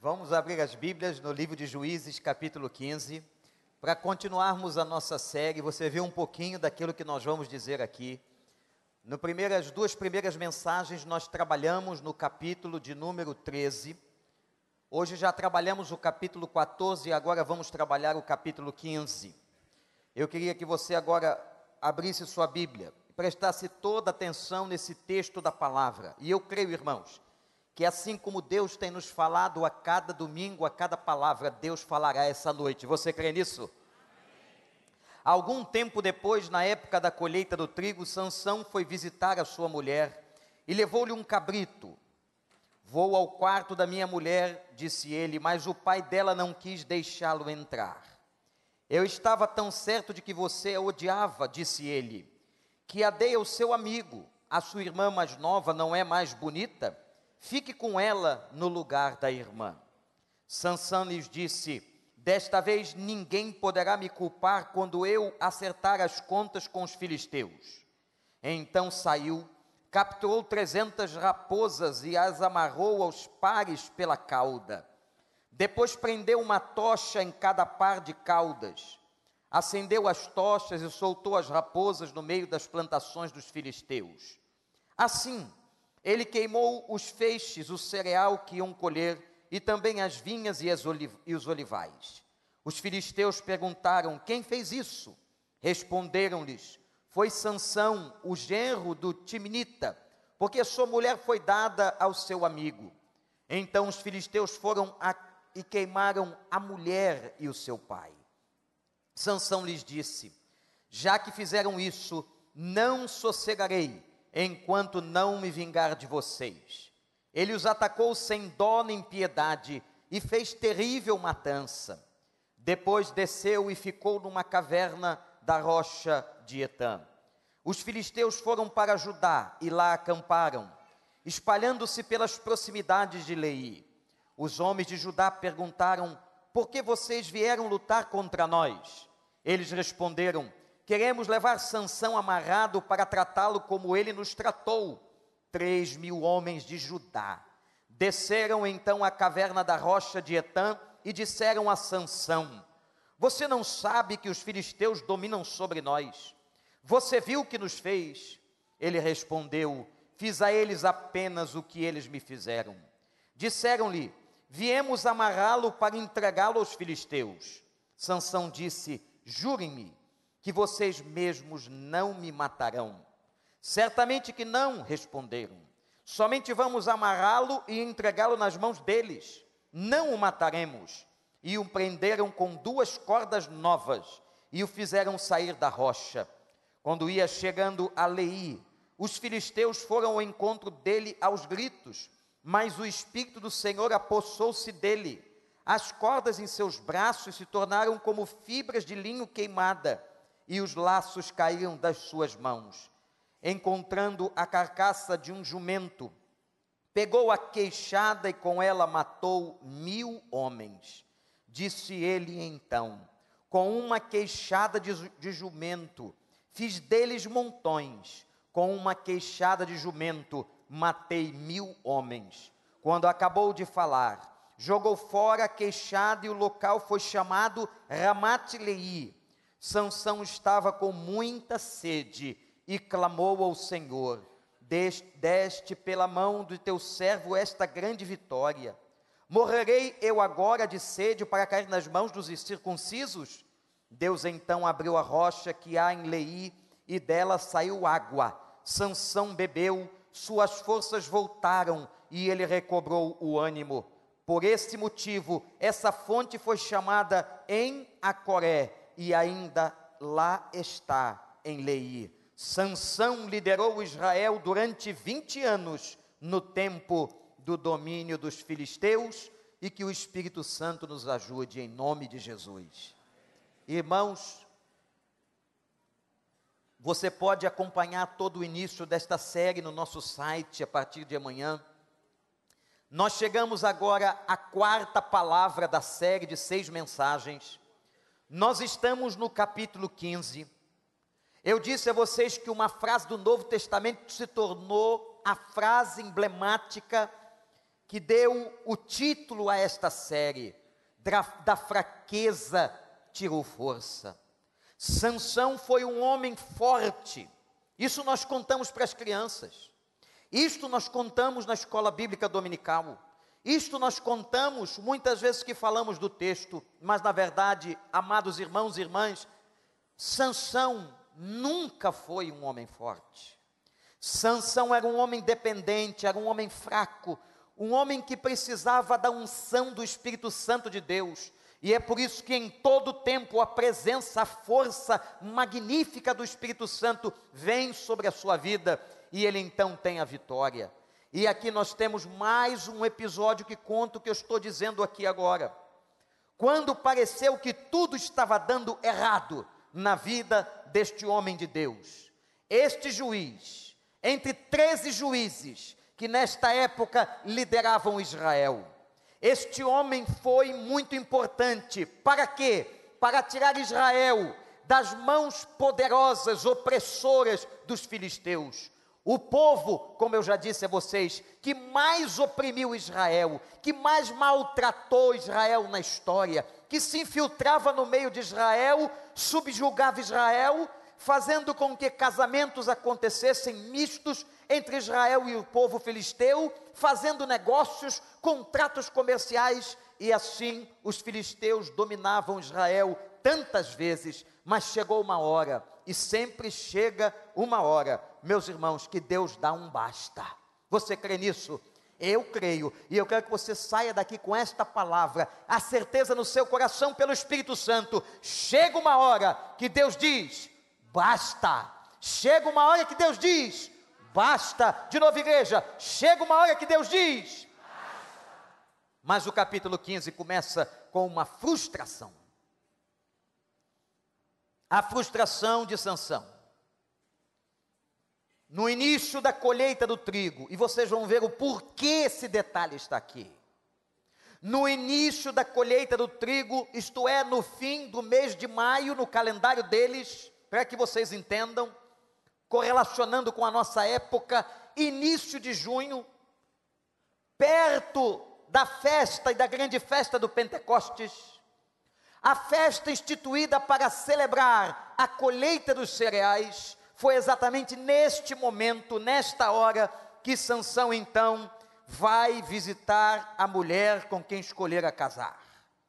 Vamos abrir as Bíblias no livro de Juízes, capítulo 15, para continuarmos a nossa série. Você viu um pouquinho daquilo que nós vamos dizer aqui. As duas primeiras mensagens nós trabalhamos no capítulo de número 13. Hoje já trabalhamos o capítulo 14 e agora vamos trabalhar o capítulo 15. Eu queria que você agora abrisse sua Bíblia e prestasse toda atenção nesse texto da palavra. E eu creio, irmãos, que assim como Deus tem nos falado a cada domingo, a cada palavra, Deus falará essa noite. Você crê nisso? Algum tempo depois, na época da colheita do trigo, Sansão foi visitar a sua mulher e levou-lhe um cabrito. Vou ao quarto da minha mulher, disse ele, mas o pai dela não quis deixá-lo entrar. Eu estava tão certo de que você a odiava, disse ele, que a dei ao seu amigo. A sua irmã mais nova não é mais bonita? Fique com ela no lugar da irmã. Sansão lhes disse, desta vez ninguém poderá me culpar quando eu acertar as contas com os filisteus. Então saiu, capturou 300 raposas e as amarrou aos pares pela cauda. Depois prendeu uma tocha em cada par de caudas. Acendeu as tochas e soltou as raposas no meio das plantações dos filisteus. Assim, ele queimou os feixes, o cereal que iam colher, e também as vinhas e os olivais. Os filisteus perguntaram, quem fez isso? Responderam-lhes, foi Sansão, o genro do Timnita, porque sua mulher foi dada ao seu amigo. Então os filisteus foram e queimaram a mulher e o seu pai. Sansão lhes disse, já que fizeram isso, não sossegarei, enquanto não me vingar de vocês. Ele os atacou sem dó nem piedade e fez terrível matança. Depois desceu e ficou numa caverna da rocha de Etã. Os filisteus foram para Judá e lá acamparam, espalhando-se pelas proximidades de Leí. Os homens de Judá perguntaram, por que vocês vieram lutar contra nós? Eles responderam, queremos levar Sansão amarrado para tratá-lo como ele nos tratou. 3.000 homens de Judá desceram então à caverna da rocha de Etã e disseram a Sansão, você não sabe que os filisteus dominam sobre nós? Você viu o que nos fez? Ele respondeu, fiz a eles apenas o que eles me fizeram. Disseram-lhe, viemos amarrá-lo para entregá-lo aos filisteus. Sansão disse, jurem-me que vocês mesmos não me matarão. Certamente que não, responderam. Somente vamos amarrá-lo e entregá-lo nas mãos deles. Não o mataremos. E o prenderam com 2 cordas novas e o fizeram sair da rocha. Quando ia chegando a Leí, os filisteus foram ao encontro dele aos gritos, mas o Espírito do Senhor apossou-se dele. As cordas em seus braços se tornaram como fibras de linho queimada, e os laços caíram das suas mãos. Encontrando a carcaça de um jumento, pegou a queixada e com ela matou 1.000 homens. Disse ele então, com uma queixada de jumento, fiz deles montões, com uma queixada de jumento, matei 1.000 homens. Quando acabou de falar, jogou fora a queixada e o local foi chamado Ramate-Leí. Sansão estava com muita sede e clamou ao Senhor, deste pela mão do teu servo esta grande vitória. Morrerei eu agora de sede para cair nas mãos dos incircuncisos? Deus então abriu a rocha que há em Leí e dela saiu água. Sansão bebeu, suas forças voltaram e ele recobrou o ânimo. Por esse motivo, essa fonte foi chamada em Acoré e ainda lá está em Leí. Sansão liderou Israel durante 20 anos no tempo do domínio dos filisteus e que o Espírito Santo nos ajude em nome de Jesus. Irmãos, você pode acompanhar todo o início desta série no nosso site a partir de amanhã. Nós chegamos agora à 4ª palavra da série de 6 mensagens. Nós estamos no capítulo 15. Eu disse a vocês que uma frase do Novo Testamento se tornou a frase emblemática que deu o título a esta série, da fraqueza tirou força. Sansão foi um homem forte, isso nós contamos para as crianças, isto nós contamos na escola bíblica dominical, isto nós contamos muitas vezes que falamos do texto, mas na verdade, amados irmãos e irmãs, Sansão nunca foi um homem forte. Sansão era um homem dependente, era um homem fraco, um homem que precisava da unção do Espírito Santo de Deus, e é por isso que em todo tempo a presença, a força magnífica do Espírito Santo vem sobre a sua vida, e ele então tem a vitória. E aqui nós temos mais um episódio que conta o que eu estou dizendo aqui agora. Quando pareceu que tudo estava dando errado na vida deste homem de Deus, este juiz, entre 13 juízes que nesta época lideravam Israel, este homem foi muito importante. Para quê? Para tirar Israel das mãos poderosas, opressoras dos filisteus. O povo, como eu já disse a vocês, que mais oprimiu Israel, que mais maltratou Israel na história, que se infiltrava no meio de Israel, subjugava Israel, fazendo com que casamentos acontecessem mistos entre Israel e o povo filisteu, fazendo negócios, contratos comerciais, e assim os filisteus dominavam Israel tantas vezes, mas chegou uma hora, e sempre chega uma hora, meus irmãos, que Deus dá um basta. Você crê nisso? Eu creio, e eu quero que você saia daqui com esta palavra, a certeza no seu coração pelo Espírito Santo. Chega uma hora que Deus diz, basta. Chega uma hora que Deus diz, basta. De novo, igreja, chega uma hora que Deus diz, basta. Mas o capítulo 15 começa com uma frustração. A frustração de Sansão. No início da colheita do trigo, e vocês vão ver o porquê esse detalhe está aqui. No início da colheita do trigo, isto é, no fim do mês de maio, no calendário deles, para que vocês entendam, correlacionando com a nossa época, início de junho, perto da festa e da grande festa do Pentecostes, a festa instituída para celebrar a colheita dos cereais, foi exatamente neste momento, nesta hora, que Sansão então vai visitar a mulher com quem escolhera casar.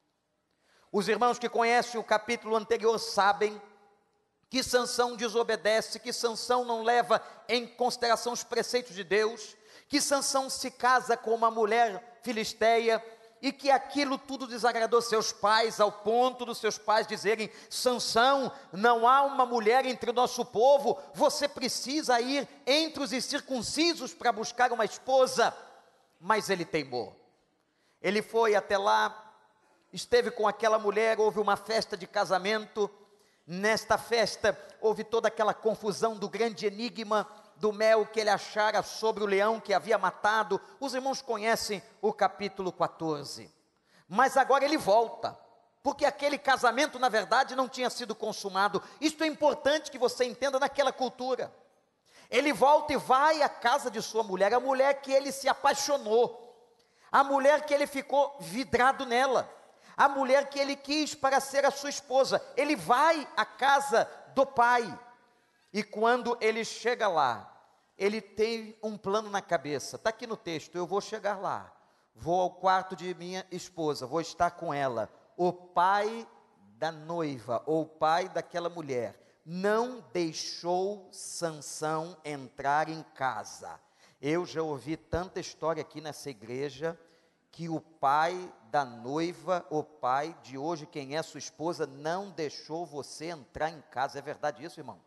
Os irmãos que conhecem o capítulo anterior sabem que Sansão desobedece, que Sansão não leva em consideração os preceitos de Deus, que Sansão se casa com uma mulher filisteia, e que aquilo tudo desagradou seus pais, ao ponto dos seus pais dizerem, Sansão, não há uma mulher entre o nosso povo, você precisa ir entre os incircuncisos para buscar uma esposa. Mas ele teimou, ele foi até lá, esteve com aquela mulher, houve uma festa de casamento. Nesta festa houve toda aquela confusão do grande enigma do mel que ele achara sobre o leão que havia matado. Os irmãos conhecem o capítulo 14, mas agora ele volta, porque aquele casamento na verdade não tinha sido consumado. Isto é importante que você entenda naquela cultura. Ele volta e vai à casa de sua mulher, a mulher que ele se apaixonou, a mulher que ele ficou vidrado nela, a mulher que ele quis para ser a sua esposa. Ele vai à casa do pai, e quando ele chega lá, ele tem um plano na cabeça, está aqui no texto, eu vou chegar lá, vou ao quarto de minha esposa, vou estar com ela. O pai da noiva, ou o pai daquela mulher, não deixou Sansão entrar em casa. Eu já ouvi tanta história aqui nessa igreja, que o pai da noiva, o pai de hoje, quem é sua esposa, não deixou você entrar em casa. É verdade isso, irmão?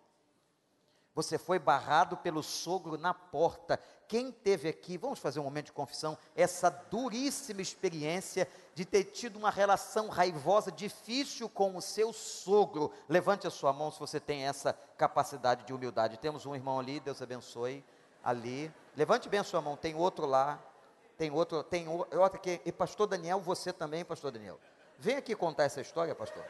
Você foi barrado pelo sogro na porta. Quem teve aqui, vamos fazer um momento de confissão, essa duríssima experiência de ter tido uma relação raivosa, difícil com o seu sogro? Levante a sua mão se você tem essa capacidade de humildade. Temos um irmão ali, Deus abençoe, ali. Levante bem a sua mão, tem outro lá, tem outro aqui. E pastor Daniel, você também, pastor Daniel. Vem aqui contar essa história, pastor.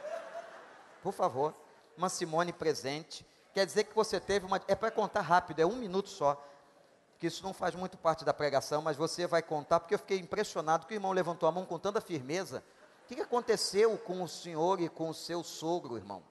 Por favor, uma Simone presente. Quer dizer que você teve uma... É para contar rápido, é 1 minuto só. porque isso não faz muito parte da pregação, mas você vai contar, porque eu fiquei impressionado que o irmão levantou a mão com tanta firmeza. O que aconteceu com o senhor e com o seu sogro, irmão?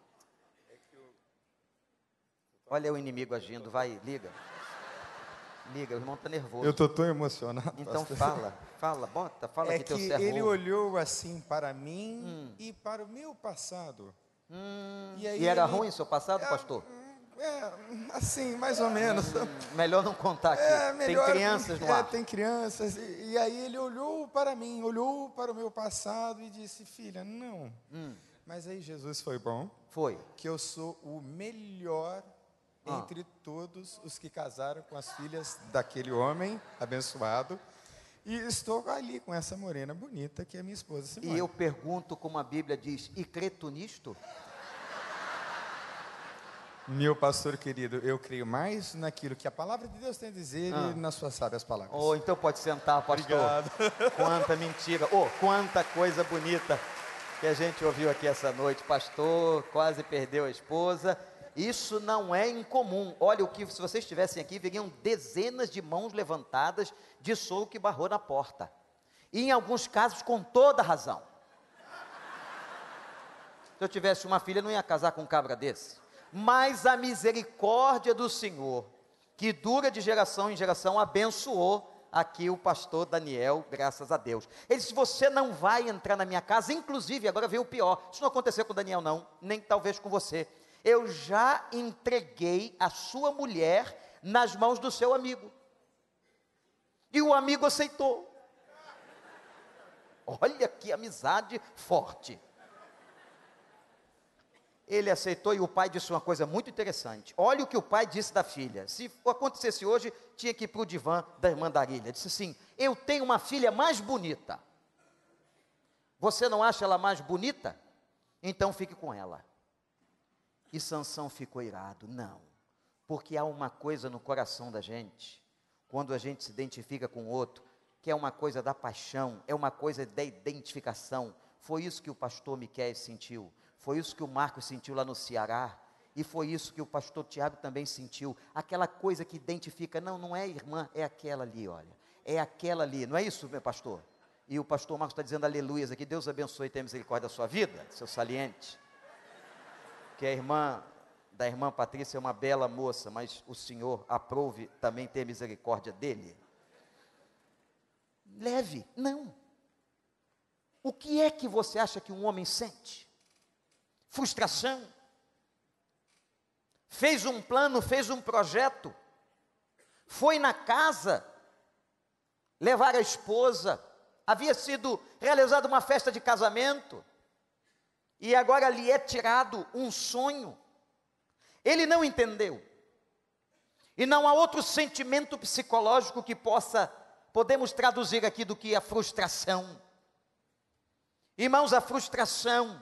Olha o inimigo agindo, vai, liga. Liga, o irmão está nervoso. Eu estou tão emocionado. Então pastor. fala que teu servo ele ouve. olhou assim para mim e para o meu passado. E era ruim o seu passado, pastor? Assim, mais ou menos. Melhor não contar aqui. Melhor, tem crianças no ar. Tem crianças. E aí ele olhou para mim, olhou para o meu passado e disse, filha, não. Mas aí Jesus foi bom. Foi. Que eu sou o melhor entre todos os que casaram com as filhas daquele homem abençoado. E estou ali com essa morena bonita que é minha esposa Simone. E eu pergunto como a Bíblia diz, e crê tu nisto? Meu pastor querido, eu creio mais naquilo que a palavra de Deus tem a dizer e nas suas sábias palavras. Então pode sentar, pastor. Obrigado. Quanta mentira. quanta coisa bonita que a gente ouviu aqui essa noite. Pastor quase perdeu a esposa. Isso não é incomum. Olha, se vocês estivessem aqui, veriam dezenas de mãos levantadas de sogro que barrou na porta. E em alguns casos, com toda razão. Se eu tivesse uma filha, não ia casar com um cabra desse. Mas a misericórdia do Senhor, que dura de geração em geração, abençoou aqui o pastor Daniel, graças a Deus. Ele disse, você não vai entrar na minha casa, inclusive, agora veio o pior, isso não aconteceu com o Daniel não, nem talvez com você. Eu já entreguei a sua mulher nas mãos do seu amigo. E o amigo aceitou. Olha que amizade forte. Ele aceitou e o pai disse uma coisa muito interessante. Olha o que o pai disse da filha. Se acontecesse hoje, tinha que ir para o divã da irmã Darília. Disse assim, eu tenho uma filha mais bonita. Você não acha ela mais bonita? Então fique com ela. E Sansão ficou irado. Não, porque há uma coisa no coração da gente, quando a gente se identifica com o outro, que é uma coisa da paixão, é uma coisa da identificação. Foi isso que o pastor Miquel sentiu, foi isso que o Marcos sentiu lá no Ceará, e foi isso que o pastor Tiago também sentiu, aquela coisa que identifica, não é irmã, é aquela ali, olha, é aquela ali, não é isso, meu pastor? E o pastor Marcos está dizendo aleluias aqui, Deus abençoe e tenha misericórdia da sua vida, seu saliente. Que a irmã da irmã Patrícia é uma bela moça, mas o Senhor aprove também ter misericórdia dele. Leve, não. O que é que você acha que um homem sente? Frustração. Fez um plano, fez um projeto, foi na casa levar a esposa, havia sido realizada uma festa de casamento, e agora lhe é tirado um sonho. Ele não entendeu. E não há outro sentimento psicológico que podemos traduzir aqui do que a frustração. Irmãos, a frustração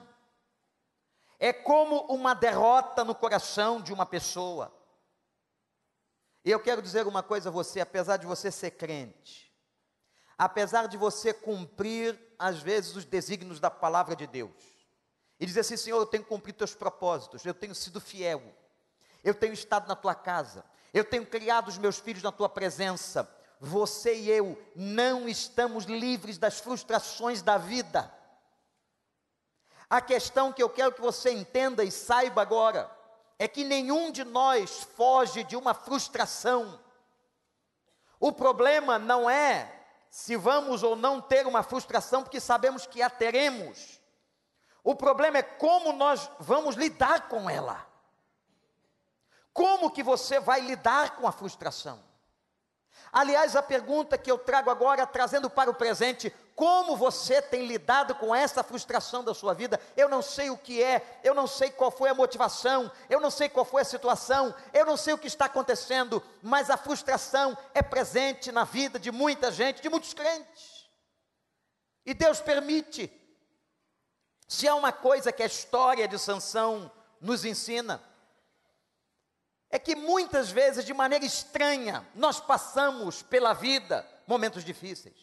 é como uma derrota no coração de uma pessoa. E eu quero dizer uma coisa a você, apesar de você ser crente, apesar de você cumprir, às vezes, os desígnios da palavra de Deus, e dizer assim, Senhor, eu tenho cumprido teus propósitos, eu tenho sido fiel, eu tenho estado na tua casa, eu tenho criado os meus filhos na tua presença, você e eu não estamos livres das frustrações da vida. A questão que eu quero que você entenda e saiba agora, é que nenhum de nós foge de uma frustração. O problema não é se vamos ou não ter uma frustração, porque sabemos que a teremos. O problema é como nós vamos lidar com ela. Como que você vai lidar com a frustração? Aliás, a pergunta que eu trago agora, trazendo para o presente, como você tem lidado com essa frustração da sua vida? Eu não sei o que é, eu não sei qual foi a motivação, eu não sei qual foi a situação, eu não sei o que está acontecendo, mas a frustração é presente na vida de muita gente, de muitos crentes. E Deus permite. Se há uma coisa que a história de Sansão nos ensina, é que muitas vezes, de maneira estranha, nós passamos pela vida momentos difíceis.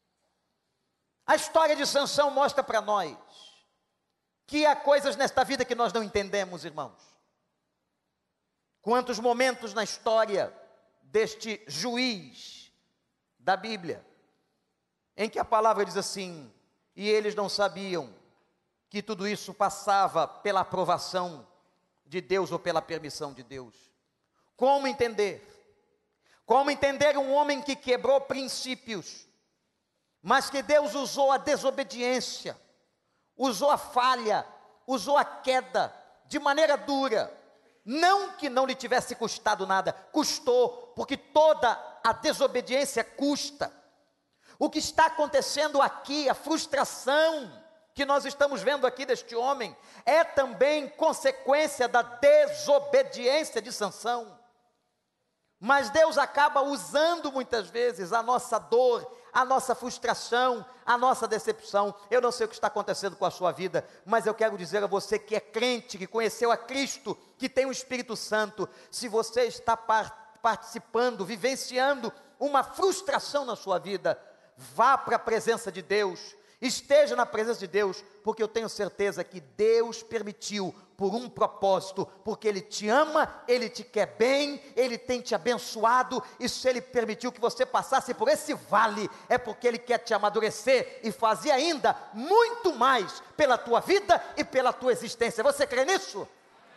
A história de Sansão mostra para nós que há coisas nesta vida que nós não entendemos, irmãos. Quantos momentos na história deste juiz da Bíblia, em que a palavra diz assim: e eles não sabiam que tudo isso passava pela aprovação de Deus ou pela permissão de Deus. Como entender? Como entender um homem que quebrou princípios, mas que Deus usou a desobediência, usou a falha, usou a queda de maneira dura? Não que não lhe tivesse custado nada, custou, porque toda a desobediência custa. O que está acontecendo aqui, a frustração que nós estamos vendo aqui deste homem, é também consequência da desobediência de Sansão. Mas Deus acaba usando muitas vezes a nossa dor, a nossa frustração, a nossa decepção. Eu não sei o que está acontecendo com a sua vida, mas eu quero dizer a você que é crente, que conheceu a Cristo, que tem o Espírito Santo, se você está participando, vivenciando uma frustração na sua vida, vá para a presença de Deus, esteja na presença de Deus, porque eu tenho certeza que Deus permitiu por um propósito, porque Ele te ama, Ele te quer bem, Ele tem te abençoado, e se Ele permitiu que você passasse por esse vale, é porque Ele quer te amadurecer e fazer ainda muito mais pela tua vida e pela tua existência. Você crê nisso?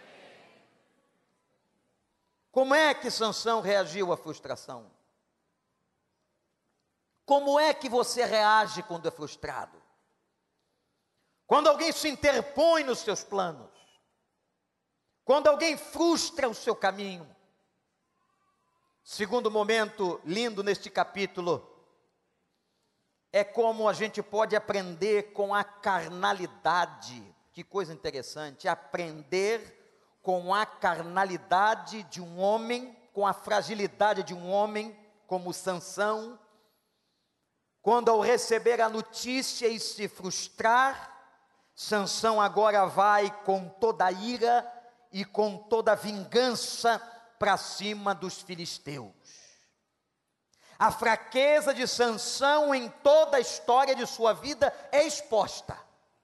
Como é que Sansão reagiu à frustração? Como é que você reage quando é frustrado? Quando alguém se interpõe nos seus planos? Quando alguém frustra o seu caminho? Segundo momento lindo neste capítulo, é como a gente pode aprender com a carnalidade. Que coisa interessante, aprender com a carnalidade de um homem, com a fragilidade de um homem, como Sansão, quando ao receber a notícia e se frustrar, Sansão agora vai com toda a ira e com toda a vingança para cima dos filisteus. A fraqueza de Sansão em toda a história de sua vida é exposta.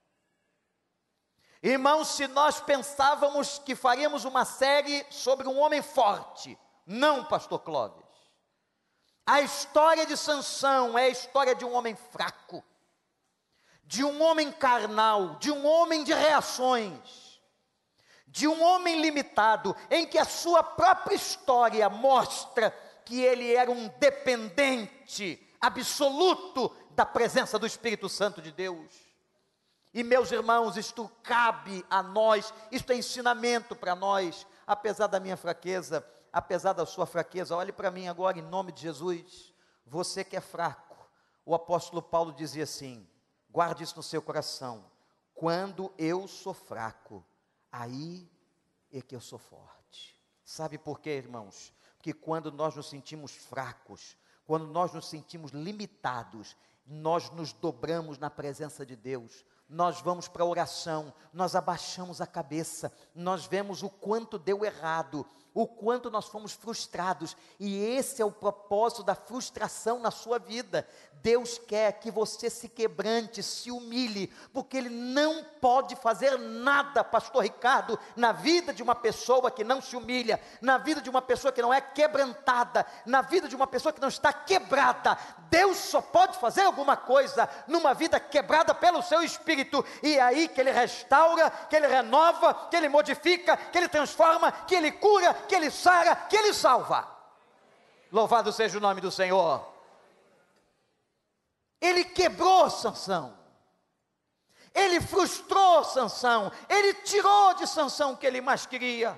Irmãos, se nós pensávamos que faríamos uma série sobre um homem forte, não, pastor Clóvis. A história de Sansão é a história de um homem fraco, de um homem carnal, de um homem de reações, de um homem limitado, em que a sua própria história mostra que ele era um dependente absoluto da presença do Espírito Santo de Deus. E meus irmãos, isto cabe a nós, isto é ensinamento para nós, apesar da minha fraqueza, apesar da sua fraqueza. Olhe para mim agora em nome de Jesus, você que é fraco. O apóstolo Paulo dizia assim, guarde isso no seu coração: quando eu sou fraco, aí é que eu sou forte. Sabe por quê, irmãos? Porque quando nós nos sentimos fracos, quando nós nos sentimos limitados, nós nos dobramos na presença de Deus, nós vamos para a oração, nós abaixamos a cabeça, nós vemos o quanto deu errado, o quanto nós fomos frustrados, e esse é o propósito da frustração na sua vida. Deus quer que você se quebrante, se humilhe, porque Ele não pode fazer nada, pastor Ricardo, na vida de uma pessoa que não se humilha, na vida de uma pessoa que não é quebrantada, na vida de uma pessoa que não está quebrada. Deus só pode fazer alguma coisa numa vida quebrada pelo seu Espírito, e é aí que Ele restaura, que Ele renova, que Ele modifica, que Ele transforma, que Ele cura, que Ele sara, que Ele salva. Louvado seja o nome do Senhor. Ele quebrou Sansão, ele frustrou Sansão, ele tirou de Sansão o que ele mais queria.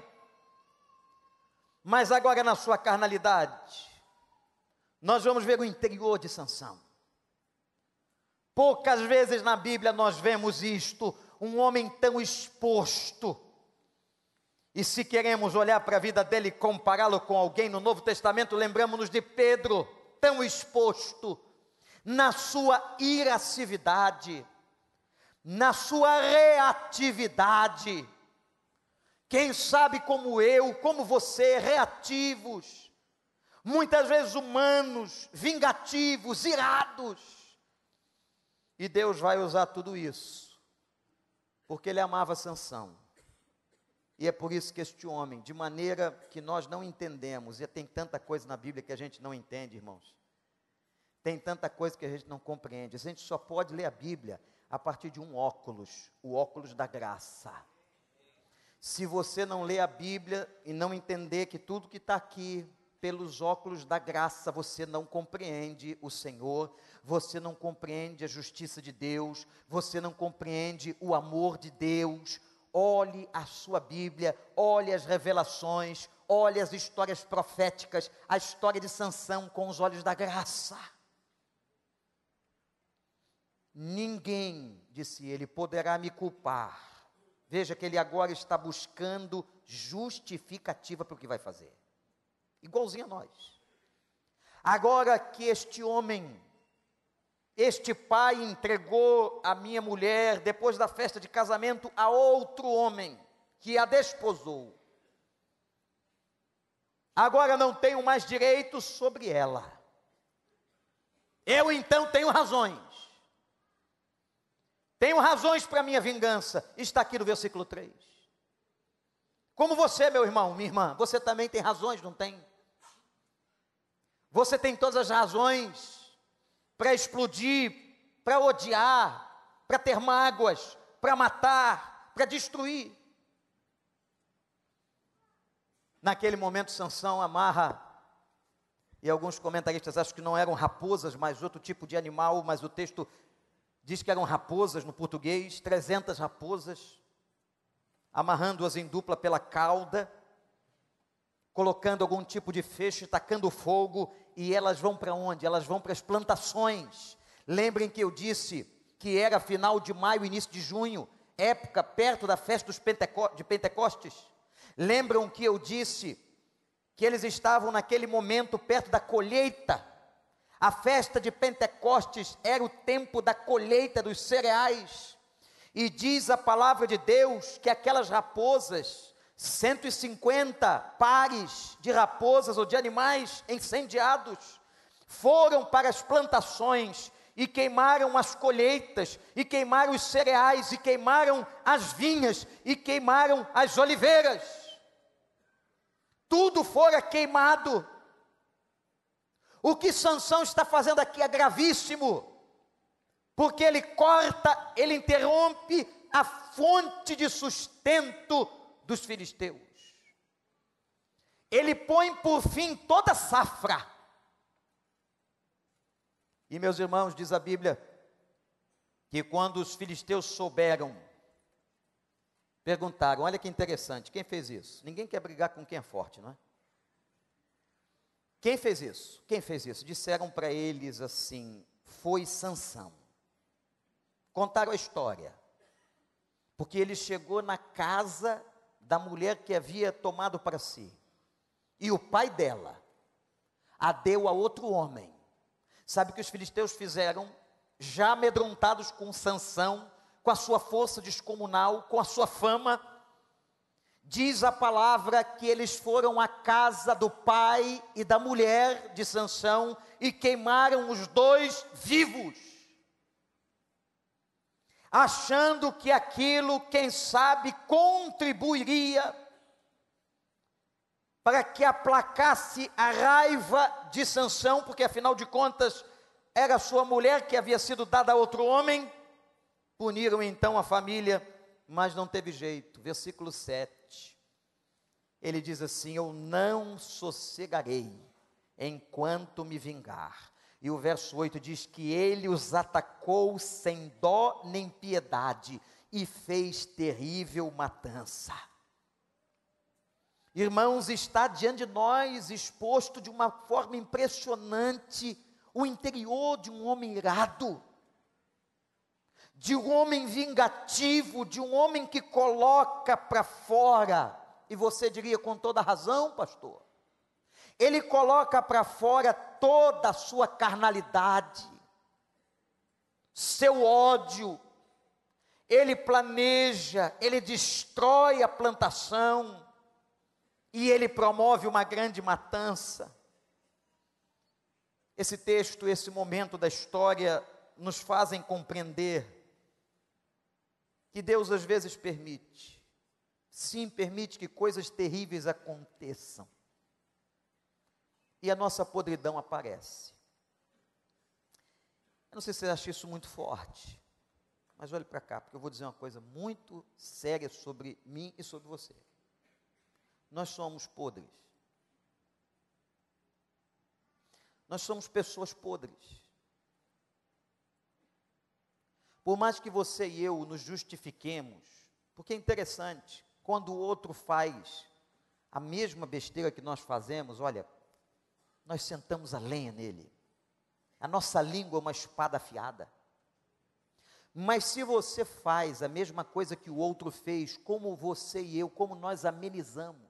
Mas agora, na sua carnalidade, nós vamos ver o interior de Sansão. Poucas vezes na Bíblia nós vemos isto, um homem tão exposto. E se queremos olhar para a vida dele e compará-lo com alguém no Novo Testamento, lembramos-nos de Pedro, tão exposto, na sua irascividade, na sua reatividade. Quem sabe como eu, como você, reativos, muitas vezes humanos, vingativos, irados. E Deus vai usar tudo isso, porque Ele amava Sansão. E é por isso que este homem, de maneira que nós não entendemos, e tem tanta coisa na Bíblia que a gente não entende, irmãos. Tem tanta coisa que a gente não compreende. A gente só pode ler a Bíblia a partir de um óculos, o óculos da graça. Se você não ler a Bíblia e não entender que tudo que está aqui, pelos óculos da graça, você não compreende o Senhor, você não compreende a justiça de Deus, você não compreende o amor de Deus. Olhe a sua Bíblia, olhe as revelações, olhe as histórias proféticas, a história de Sansão com os olhos da graça. Ninguém, disse ele, poderá me culpar. Veja que ele agora está buscando justificativa para o que vai fazer. Igualzinho a nós. Agora que este homem, este pai entregou a minha mulher, depois da festa de casamento, a outro homem, que a desposou. Agora não tenho mais direito sobre ela. Eu então tenho razões. Tenho razões para a minha vingança. Está aqui no versículo 3. Como você, meu irmão, minha irmã, você também tem razões, não tem? Você tem todas as razões para explodir, para odiar, para ter mágoas, para matar, para destruir. Naquele momento, Sansão amarra, e alguns comentaristas acham que não eram raposas, mas outro tipo de animal, mas o texto diz que eram raposas no português, 300 raposas, amarrando-as em dupla pela cauda, colocando algum tipo de feixe, tacando fogo, e elas vão para onde? Elas vão para as plantações. Lembrem que eu disse que era final de maio, início de junho, época perto da festa de Pentecostes. Lembram que eu disse que eles estavam naquele momento perto da colheita. A festa de Pentecostes era o tempo da colheita dos cereais. E diz a palavra de Deus que aquelas raposas, 150 pares de raposas ou de animais incendiados, foram para as plantações e queimaram as colheitas, e queimaram os cereais, e queimaram as vinhas, e queimaram as oliveiras. Tudo fora queimado. O que Sansão está fazendo aqui é gravíssimo, porque ele corta, ele interrompe a fonte de sustento dos filisteus. Ele põe por fim toda a safra. E meus irmãos, diz a Bíblia, que quando os filisteus souberam, perguntaram, olha que interessante, quem fez isso? Ninguém quer brigar com quem é forte, não é? Quem fez isso? Quem fez isso? Disseram para eles assim, foi Sansão. Contaram a história, porque ele chegou na casa da mulher que havia tomado para si, e o pai dela a deu a outro homem. Sabe o que os filisteus fizeram? Já amedrontados com Sansão, com a sua força descomunal, com a sua fama, diz a palavra que eles foram à casa do pai e da mulher de Sansão e queimaram os dois vivos, achando que aquilo, quem sabe, contribuiria para que aplacasse a raiva de Sansão, porque afinal de contas era sua mulher que havia sido dada a outro homem. Puniram então a família, mas não teve jeito. Versículo 7, ele diz assim, eu não sossegarei enquanto me vingar. E o verso 8 diz que ele os atacou sem dó nem piedade e fez terrível matança. Irmãos, está diante de nós exposto de uma forma impressionante o interior de um homem irado, de um homem vingativo, de um homem que coloca para fora, e você diria com toda razão, pastor, ele coloca para fora toda a sua carnalidade, seu ódio, ele planeja, ele destrói a plantação, e ele promove uma grande matança. Esse texto, esse momento da história, nos fazem compreender que Deus às vezes permite sim, permite que coisas terríveis aconteçam. E a nossa podridão aparece. Eu não sei se você acha isso muito forte, mas olhe para cá, porque eu vou dizer uma coisa muito séria sobre mim e sobre você. Nós somos podres. Nós somos pessoas podres. Por mais que você e eu nos justifiquemos, porque é interessante, quando o outro faz a mesma besteira que nós fazemos, olha, nós sentamos a lenha nele. A nossa língua é uma espada afiada. Mas se você faz a mesma coisa que o outro fez, como você e eu, como nós amenizamos,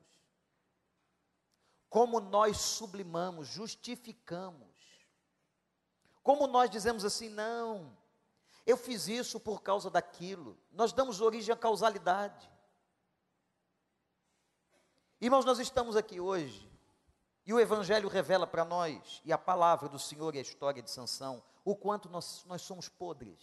como nós sublimamos, justificamos, como nós dizemos assim, não, eu fiz isso por causa daquilo, nós damos origem à causalidade. Irmãos, nós estamos aqui hoje, e o Evangelho revela para nós, e a palavra do Senhor e a história de Sansão, o quanto nós somos podres.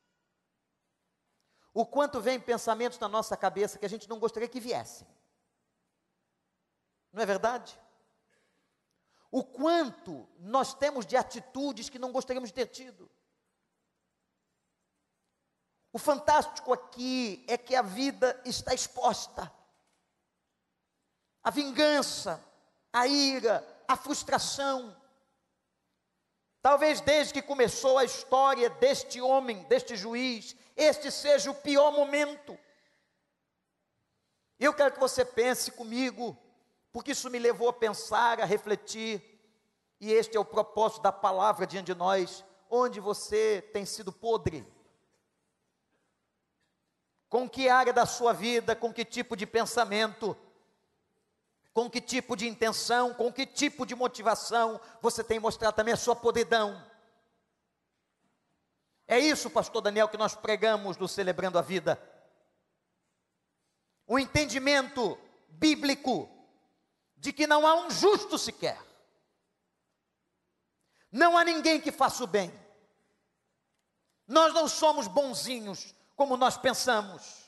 O quanto vem pensamentos na nossa cabeça que a gente não gostaria que viessem. Não é verdade? O quanto nós temos de atitudes que não gostaríamos de ter tido. O fantástico aqui é que a vida está exposta. A vingança, a ira, a frustração. Talvez desde que começou a história deste homem, deste juiz, este seja o pior momento. Eu quero que você pense comigo, porque isso me levou a pensar, a refletir, e este é o propósito da palavra diante de nós, onde você tem sido podre. Com que área da sua vida, com que tipo de pensamento, com que tipo de intenção, com que tipo de motivação você tem mostrado também a sua podridão. É isso, pastor Daniel, que nós pregamos no Celebrando a Vida. O entendimento bíblico de que não há um justo sequer. Não há ninguém que faça o bem. Nós não somos bonzinhos como nós pensamos.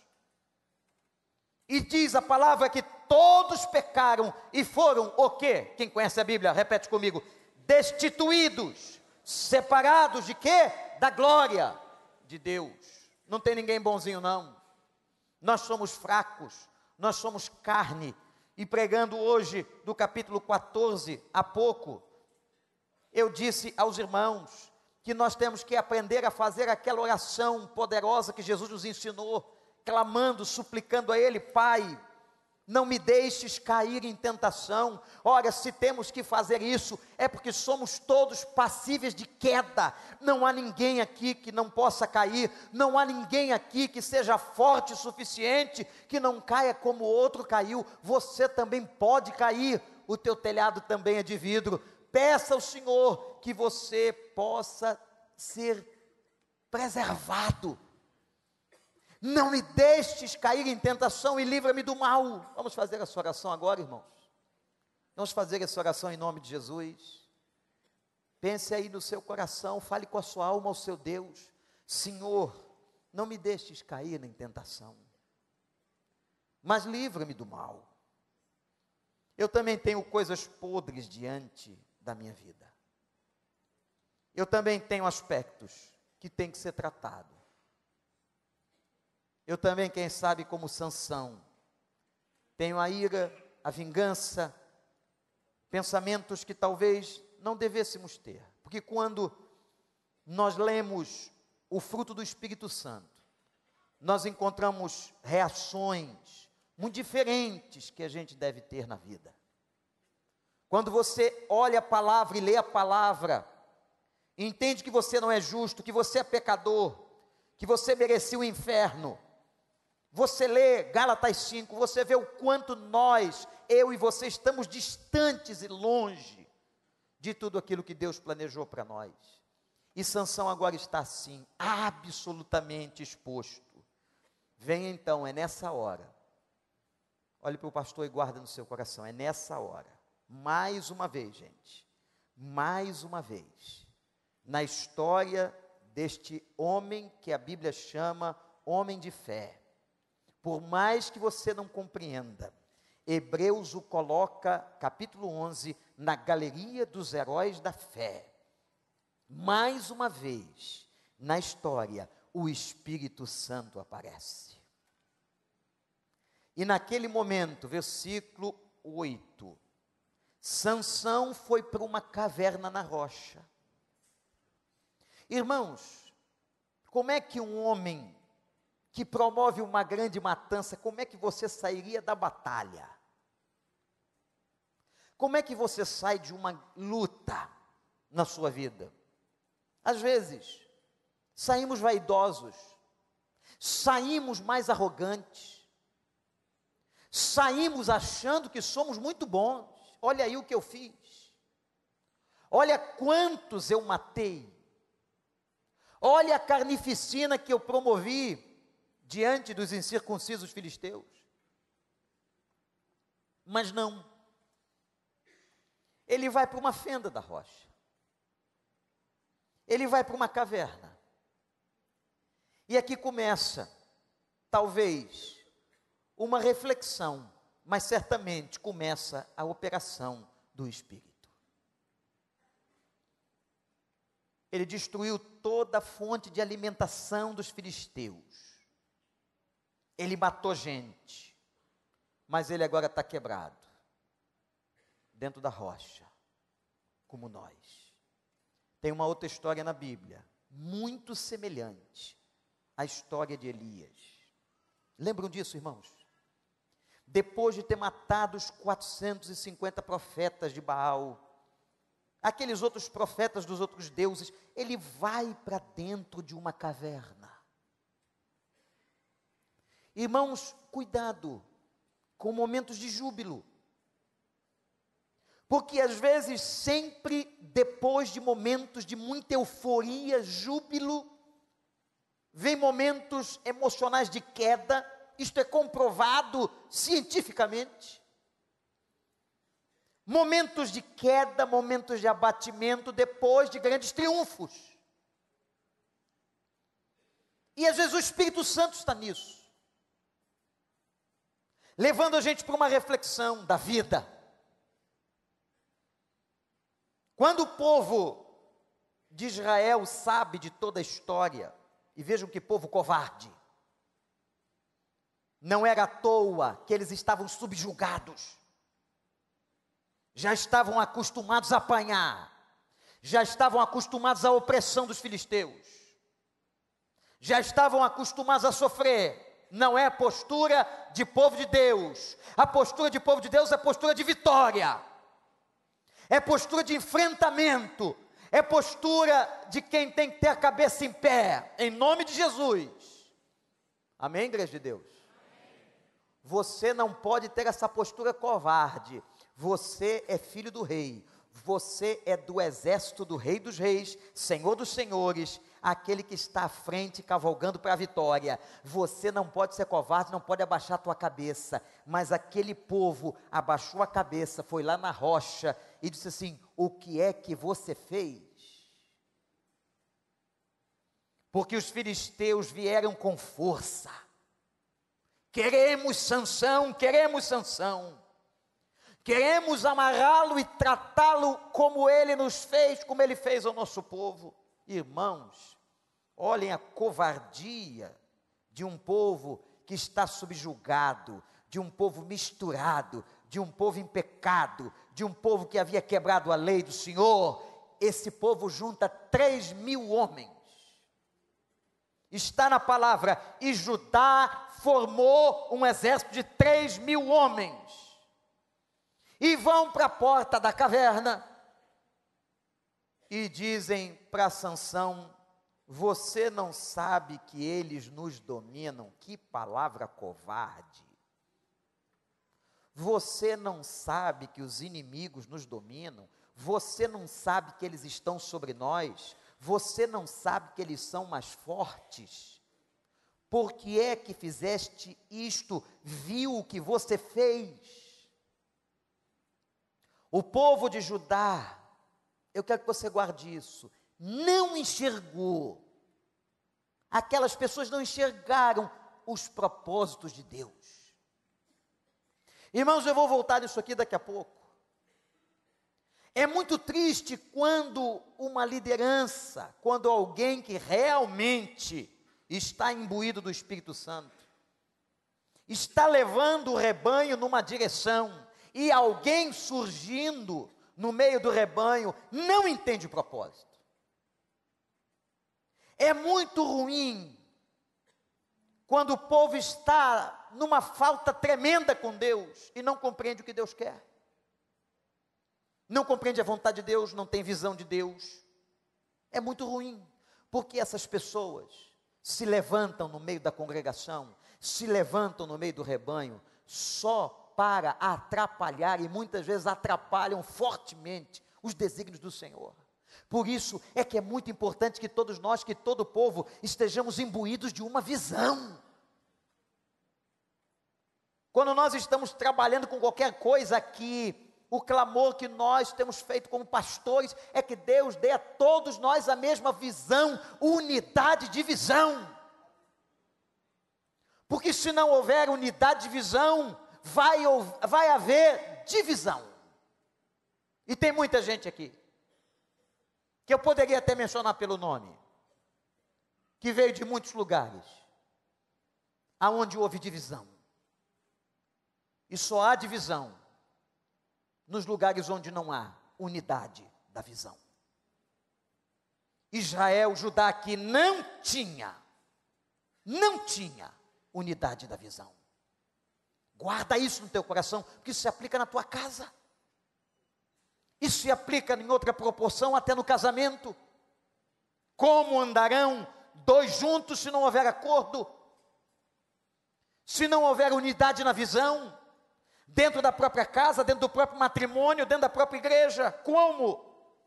E diz a palavra que todos pecaram e foram o quê? Quem conhece a Bíblia, repete comigo. Destituídos, separados de quê? Da glória de Deus. Não tem ninguém bonzinho não. Nós somos fracos, nós somos carne. E pregando hoje do capítulo 14, há pouco, eu disse aos irmãos que nós temos que aprender a fazer aquela oração poderosa que Jesus nos ensinou, clamando, suplicando a Ele, Pai, não me deixes cair em tentação. Ora, se temos que fazer isso, é porque somos todos passíveis de queda. Não há ninguém aqui que não possa cair, não há ninguém aqui que seja forte o suficiente, que não caia como o outro caiu. Você também pode cair, o teu telhado também é de vidro. Peça ao Senhor que você possa ser preservado. Não me deixes cair em tentação e livra-me do mal. Vamos fazer essa oração agora, irmãos? Vamos fazer essa oração em nome de Jesus. Pense aí no seu coração, fale com a sua alma ao seu Deus. Senhor, não me deixes cair em tentação, mas livra-me do mal. Eu também tenho coisas podres diante da minha vida. Eu também tenho aspectos que têm que ser tratados. Eu também, quem sabe, como Sansão, tenho a ira, a vingança, pensamentos que talvez não devêssemos ter. Porque quando nós lemos o fruto do Espírito Santo, nós encontramos reações muito diferentes que a gente deve ter na vida. Quando você olha a palavra e lê a palavra, entende que você não é justo, que você é pecador, que você merecia o inferno. Você lê Gálatas 5, você vê o quanto nós, eu e você, estamos distantes e longe de tudo aquilo que Deus planejou para nós. E Sansão agora está assim, absolutamente exposto. Vem então, é nessa hora. Olhe para o pastor e guarda no seu coração, é nessa hora. Mais uma vez, gente, mais uma vez, na história deste homem que a Bíblia chama homem de fé. por mais que você não compreenda, Hebreus o coloca, capítulo 11, na galeria dos heróis da fé. Mais uma vez, na história, o Espírito Santo aparece. E naquele momento, versículo 8, Sansão foi para uma caverna na rocha. Irmãos, como é que um homem que promove uma grande matança, como é que você sairia da batalha? Como é que você sai de uma luta na sua vida? Às vezes, saímos vaidosos, saímos mais arrogantes, saímos achando que somos muito bons. Olha aí o que eu fiz, olha quantos eu matei, olha a carnificina que eu promovi diante dos incircuncisos filisteus. Mas não, ele vai para uma fenda da rocha, ele vai para uma caverna, e aqui começa, talvez, uma reflexão, mas certamente começa a operação do Espírito. Ele destruiu toda a fonte de alimentação dos filisteus, ele matou gente, mas ele agora está quebrado, dentro da rocha, como nós. Tem uma outra história na Bíblia, muito semelhante à história de Elias. Lembram disso, irmãos? Depois de ter matado os 450 profetas de Baal, aqueles outros profetas dos outros deuses, ele vai para dentro de uma caverna. Irmãos, cuidado com momentos de júbilo, porque às vezes sempre depois de momentos de muita euforia, júbilo, vem momentos emocionais de queda. Isto é comprovado cientificamente. Momentos de queda, momentos de abatimento depois de grandes triunfos. E às vezes o Espírito Santo está nisso, levando a gente para uma reflexão da vida. Quando o povo de Israel sabe de toda a história, e vejam que povo covarde, não era à toa que eles estavam subjugados, já estavam acostumados a apanhar, já estavam acostumados à opressão dos filisteus, já estavam acostumados a sofrer. Não é a postura de povo de Deus. A postura de povo de Deus é postura de vitória, é postura de enfrentamento, é postura de quem tem que ter a cabeça em pé, em nome de Jesus. Amém, igreja de Deus? Você não pode ter essa postura covarde. Você é filho do rei, você é do exército do Rei dos Reis, Senhor dos Senhores, aquele que está à frente, cavalgando para a vitória. Você não pode ser covarde, não pode abaixar a tua cabeça. Mas aquele povo abaixou a cabeça, foi lá na rocha e disse assim: o que é que você fez? Porque os filisteus vieram com força. Queremos Sansão, queremos Sansão. Queremos amarrá-lo e tratá-lo como ele nos fez, como ele fez ao nosso povo. Irmãos, olhem a covardia de um povo que está subjugado, de um povo misturado, de um povo em pecado, de um povo que havia quebrado a lei do Senhor. Esse povo junta 3.000 homens. Está na palavra, e Judá formou um exército de 3.000 homens. E vão para a porta da caverna e dizem para Sansão: você não sabe que eles nos dominam? Que palavra covarde! Você não sabe que os inimigos nos dominam? Você não sabe que eles estão sobre nós? Você não sabe que eles são mais fortes? Por que é que fizeste isto? Viu o que você fez? O povo de Judá, eu quero que você guarde isso, não enxergou, aquelas pessoas não enxergaram os propósitos de Deus. Irmãos, eu vou voltar nisso aqui daqui a pouco. É muito triste quando uma liderança, quando alguém que realmente está imbuído do Espírito Santo, está levando o rebanho numa direção, e alguém surgindo no meio do rebanho não entende o propósito. É muito ruim quando o povo está numa falta tremenda com Deus e não compreende o que Deus quer. Não compreende a vontade de Deus, não tem visão de Deus. É muito ruim, porque essas pessoas se levantam no meio da congregação, se levantam no meio do rebanho, só para atrapalhar, e muitas vezes atrapalham fortemente os desígnios do Senhor. Por isso é que é muito importante que todos nós, que todo o povo, estejamos imbuídos de uma visão. Quando nós estamos trabalhando com qualquer coisa aqui, o clamor que nós temos feito como pastores é que Deus dê a todos nós a mesma visão, unidade de visão. Porque se não houver unidade de visão, vai haver divisão. E tem muita gente aqui, que eu poderia até mencionar pelo nome, que veio de muitos lugares, aonde houve divisão. E só há divisão nos lugares onde não há unidade da visão. Israel, Judá aqui não tinha unidade da visão. Guarda isso no teu coração, porque isso se aplica na tua casa. Isso se aplica em outra proporção até no casamento. Como andarão dois juntos se não houver acordo? Se não houver unidade na visão? Dentro da própria casa, dentro do próprio matrimônio, dentro da própria igreja, como?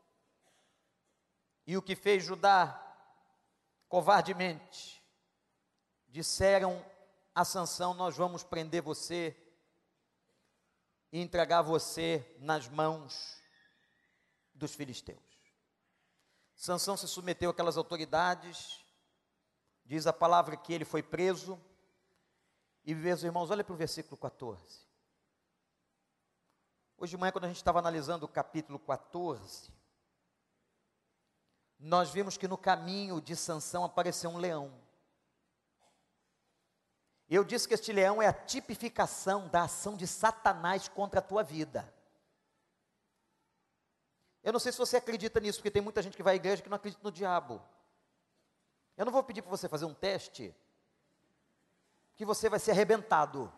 E o que fez Judá, covardemente, disseram a Sansão: nós vamos prender você e entregar você nas mãos dos filisteus. Sansão se submeteu àquelas autoridades, diz a palavra que ele foi preso, e meus irmãos, olha para o versículo 14. Hoje de manhã, quando a gente estava analisando o capítulo 14, nós vimos que no caminho de Sansão apareceu um leão. Eu disse que este leão é a tipificação da ação de Satanás contra a tua vida. Eu não sei se você acredita nisso, porque tem muita gente que vai à igreja que não acredita no diabo. Eu não vou pedir para você fazer um teste, que você vai ser arrebentado.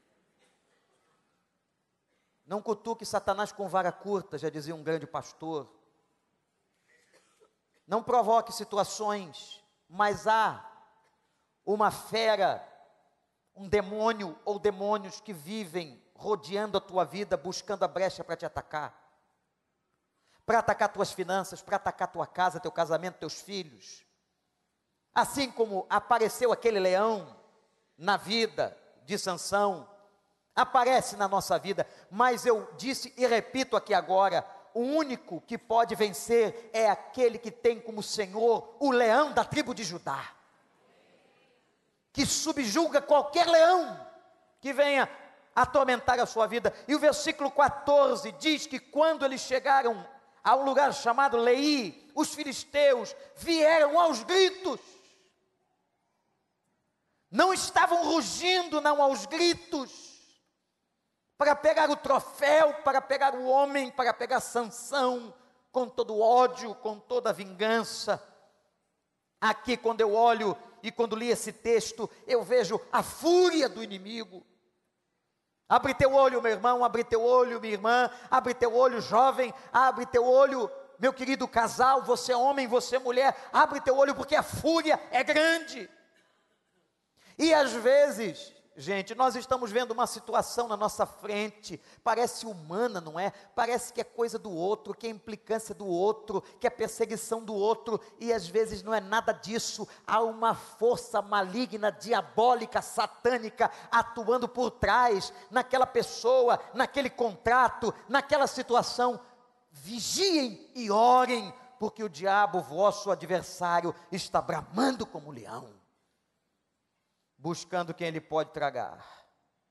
Não cutuque Satanás com vara curta, já dizia um grande pastor. Não provoque situações, mas há uma fera, um demônio ou demônios que vivem rodeando a tua vida, buscando a brecha para te atacar. Para atacar tuas finanças, para atacar tua casa, teu casamento, teus filhos. Assim como apareceu aquele leão na vida de Sansão, aparece na nossa vida, mas eu disse e repito aqui agora, o único que pode vencer é aquele que tem como Senhor o leão da tribo de Judá, que subjuga qualquer leão que venha atormentar a sua vida. E o versículo 14 diz que quando eles chegaram a um lugar chamado Leí, os filisteus vieram aos gritos. Não estavam rugindo, não, aos gritos, para pegar o troféu, para pegar o homem, para pegar Sansão, com todo o ódio, com toda a vingança. Aqui, quando eu olho e quando li esse texto, eu vejo a fúria do inimigo. Abre teu olho, meu irmão, abre teu olho, minha irmã, abre teu olho, jovem, abre teu olho, meu querido casal, você homem, você mulher, abre teu olho, porque a fúria é grande. E às vezes, gente, nós estamos vendo uma situação na nossa frente, parece humana, não é? Parece que é coisa do outro, que é implicância do outro, que é perseguição do outro, e às vezes não é nada disso. Há uma força maligna, diabólica, satânica, atuando por trás, naquela pessoa, naquele contrato, naquela situação. Vigiem e orem, porque o diabo, vosso adversário, está bramando como leão. buscando quem ele pode tragar.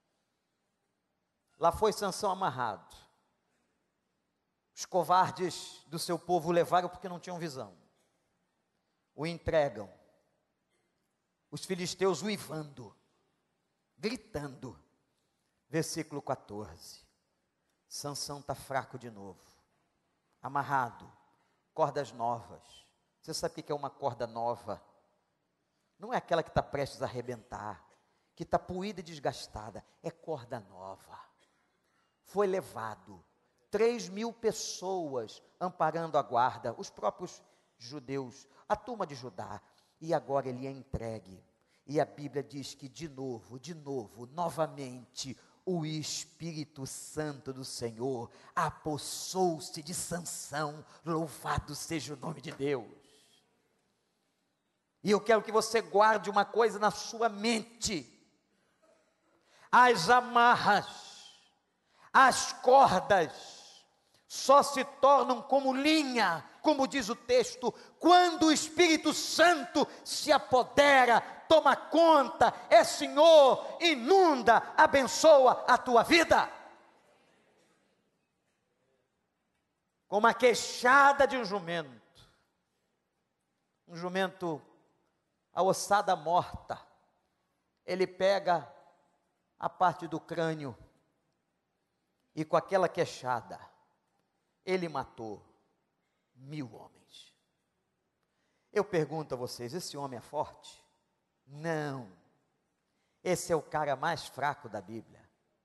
Lá foi Sansão amarrado. Os covardes do seu povo o levaram porque não tinham visão. O entregam. Os filisteus uivando, gritando. Versículo 14. Sansão está fraco de novo. Amarrado. Cordas novas. Você sabe o que é uma corda nova? Não é aquela que está prestes a arrebentar, que está poída e desgastada. É corda nova. Foi levado. 3.000 pessoas amparando a guarda, os próprios judeus, a turma de Judá, e agora ele é entregue, e a Bíblia diz que de novo, novamente, o Espírito Santo do Senhor apossou-se de Sansão, louvado seja o nome de Deus. E eu quero que você guarde uma coisa na sua mente: as amarras, as cordas, só se tornam como linha, como diz o texto, quando o Espírito Santo se apodera, toma conta, é Senhor, inunda, abençoa a tua vida. Como a queixada de um jumento, a ossada morta, ele pega a parte do crânio, e com aquela queixada, ele matou 1.000 homens. Eu pergunto a vocês, esse homem é forte? Não. Esse é o cara mais fraco da Bíblia.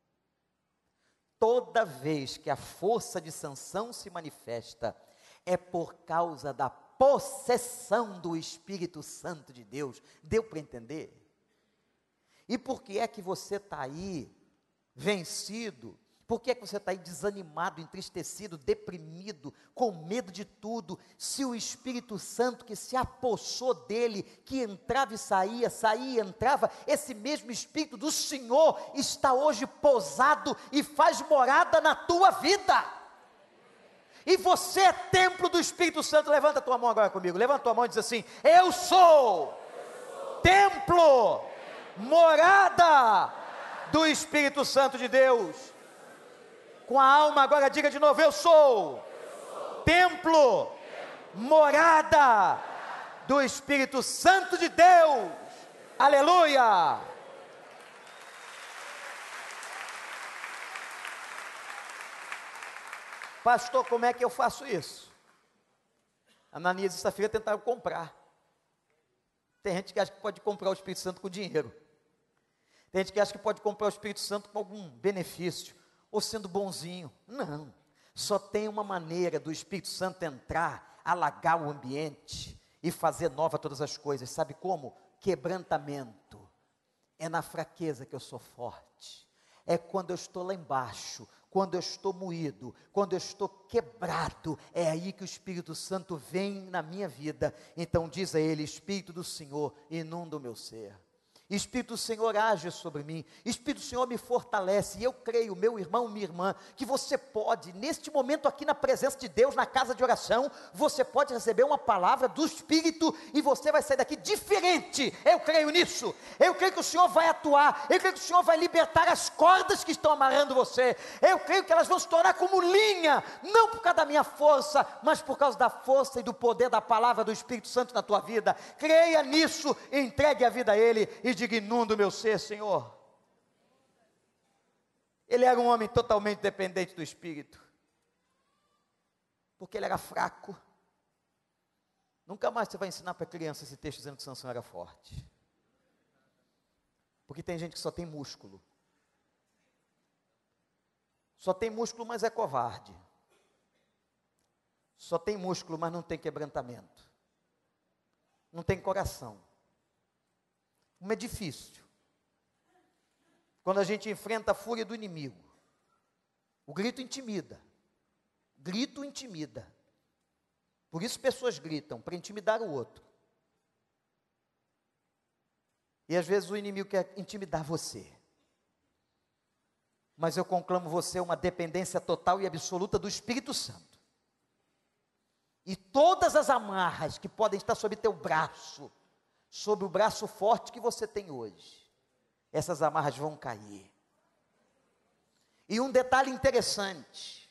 Toda vez que a força de Sansão se manifesta, é por causa da possessão do Espírito Santo de Deus. Deu para entender? E por que é que você está aí, vencido? Por que é que você está aí desanimado, entristecido, deprimido, com medo de tudo, se o Espírito Santo que se apossou dele, que entrava e saía, saía e entrava, esse mesmo Espírito do Senhor está hoje pousado e faz morada na tua vida? E você é templo do Espírito Santo. Levanta a tua mão agora comigo, levanta a tua mão e diz assim: eu sou templo, morada do Espírito Santo de Deus. Com a alma agora diga de novo: eu sou templo, morada do Espírito Santo de Deus. Aleluia! Pastor, como é que eu faço isso? Ananias e Safira tentaram comprar. Tem gente que acha que pode comprar o Espírito Santo com dinheiro. Tem gente que acha que pode comprar o Espírito Santo com algum benefício, ou sendo bonzinho. Não, só tem uma maneira do Espírito Santo entrar, alagar o ambiente e fazer nova todas as coisas. Sabe como? Quebrantamento. É na fraqueza que eu sou forte. É quando eu estou lá embaixo, quando eu estou moído, quando eu estou quebrado, é aí que o Espírito Santo vem na minha vida. Então diz a ele: Espírito do Senhor, inunda o meu ser. Espírito do Senhor age sobre mim, Espírito do Senhor me fortalece, e eu creio, meu irmão, minha irmã, que você pode, neste momento aqui na presença de Deus, na casa de oração, você pode receber uma palavra do Espírito, e você vai sair daqui diferente. Eu creio nisso, eu creio que o Senhor vai atuar, eu creio que o Senhor vai libertar as cordas que estão amarrando você, eu creio que elas vão se tornar como linha, não por causa da minha força, mas por causa da força e do poder da palavra do Espírito Santo na tua vida. Creia nisso, entregue a vida a Ele, e diga: inunda o meu ser, Senhor. Ele era um homem totalmente dependente do Espírito, porque ele era fraco. Nunca mais você vai ensinar para criança esse texto dizendo que Sansão era forte, porque tem gente que só tem músculo, mas é covarde, só tem músculo, mas não tem quebrantamento, não tem coração. Como é difícil quando a gente enfrenta a fúria do inimigo. O grito intimida. Por isso pessoas gritam, para intimidar o outro. E às vezes o inimigo quer intimidar você. Mas eu conclamo você uma dependência total e absoluta do Espírito Santo. E todas as amarras que podem estar sobre teu braço, sobre o braço forte que você tem hoje, essas amarras vão cair. E um detalhe interessante,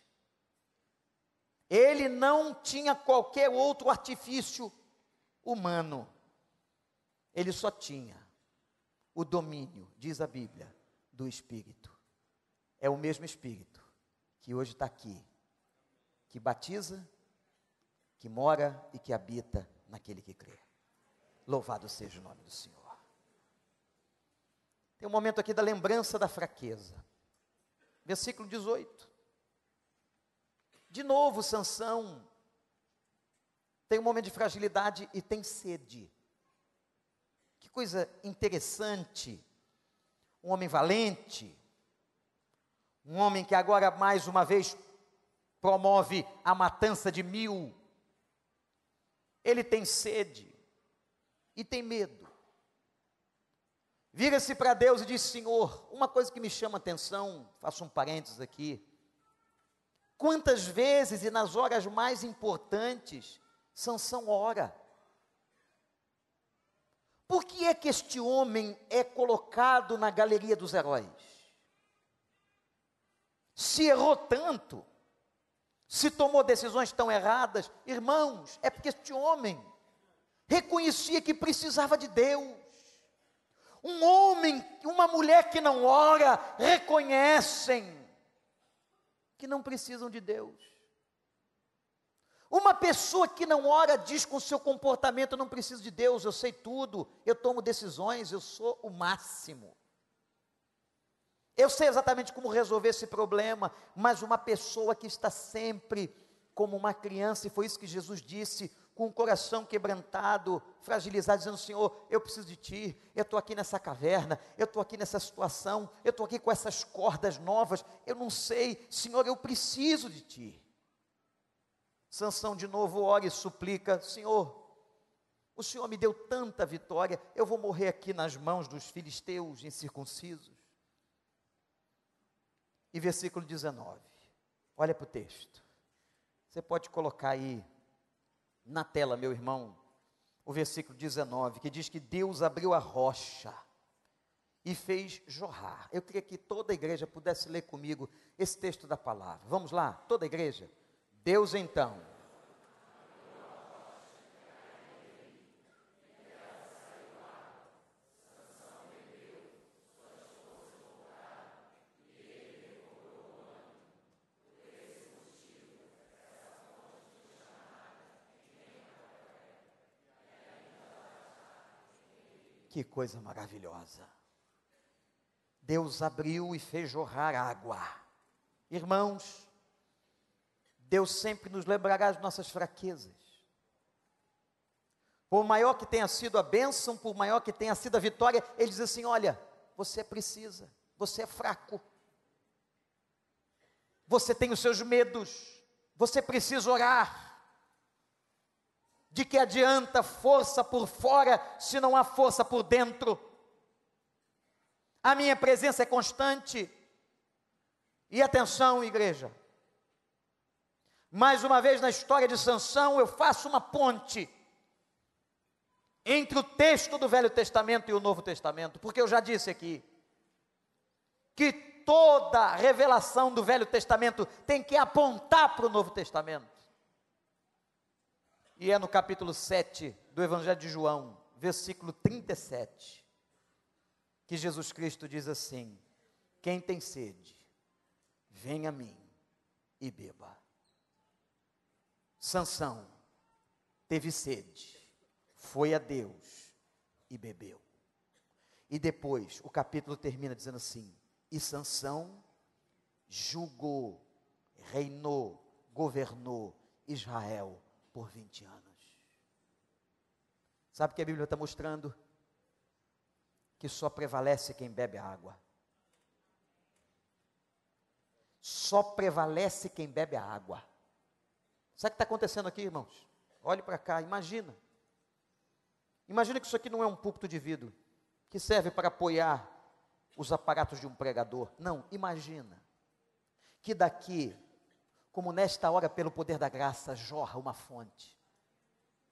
ele não tinha qualquer outro artifício humano, ele só tinha o domínio, diz a Bíblia, do Espírito. É o mesmo Espírito que hoje está aqui, que batiza, que mora e que habita naquele que crê. Louvado seja o nome do Senhor. Tem um momento aqui da lembrança da fraqueza. Versículo 18. De novo, Sansão tem um momento de fragilidade e tem sede. Que coisa interessante. Um homem valente, um homem que agora mais uma vez promove a matança de 1000. Ele tem sede e tem medo. Vira-se para Deus e diz: Senhor, uma coisa que me chama a atenção, faço um parênteses aqui. Quantas vezes e nas horas mais importantes, Sansão ora? Por que é que este homem é colocado na galeria dos heróis? Se errou tanto, se tomou decisões tão erradas, irmãos, é porque este homem reconhecia que precisava de Deus. Um homem, uma mulher que não ora, reconhecem que não precisam de Deus. Uma pessoa que não ora diz com o seu comportamento: eu não preciso de Deus, eu sei tudo, eu tomo decisões, eu sou o máximo. Eu sei exatamente como resolver esse problema, mas uma pessoa que está sempre como uma criança, e foi isso que Jesus disse, com o coração quebrantado, fragilizado, dizendo: Senhor, eu preciso de Ti, eu estou aqui nessa caverna, eu estou aqui nessa situação, eu estou aqui com essas cordas novas, eu não sei, Senhor, eu preciso de Ti. Sansão de novo ora e suplica: Senhor, o Senhor me deu tanta vitória, eu vou morrer aqui nas mãos dos filisteus incircuncisos. E versículo 19, olha para o texto, você pode colocar aí na tela, meu irmão, o versículo 19, que diz que Deus abriu a rocha e fez jorrar. Eu queria que toda a igreja pudesse ler comigo esse texto da palavra. Vamos lá, toda a igreja. Deus então Que coisa maravilhosa. Deus abriu e fez jorrar água. Irmãos, Deus sempre nos lembrará as nossas fraquezas. Por maior que tenha sido a bênção, por maior que tenha sido a vitória, Ele diz assim: olha, você precisa, você é fraco. Você tem os seus medos, você precisa orar. De que adianta força por fora, se não há força por dentro? A minha presença é constante. E atenção, igreja, mais uma vez na história de Sansão, eu faço uma ponte entre o texto do Velho Testamento e o Novo Testamento, porque eu já disse aqui, que toda revelação do Velho Testamento tem que apontar para o Novo Testamento. E é no capítulo 7 do Evangelho de João, versículo 37, que Jesus Cristo diz assim: quem tem sede, venha a mim e beba. Sansão teve sede, foi a Deus e bebeu. E depois o capítulo termina dizendo assim: e Sansão julgou, reinou, governou Israel por 20 anos. Sabe o que a Bíblia está mostrando? Que só prevalece quem bebe a água. Só prevalece quem bebe a água. Sabe o que está acontecendo aqui, irmãos? Olhe para cá, imagina. Imagina que isso aqui não é um púlpito de vidro, que serve para apoiar os aparatos de um pregador. Não, imagina que daqui, como nesta hora, pelo poder da graça, jorra uma fonte.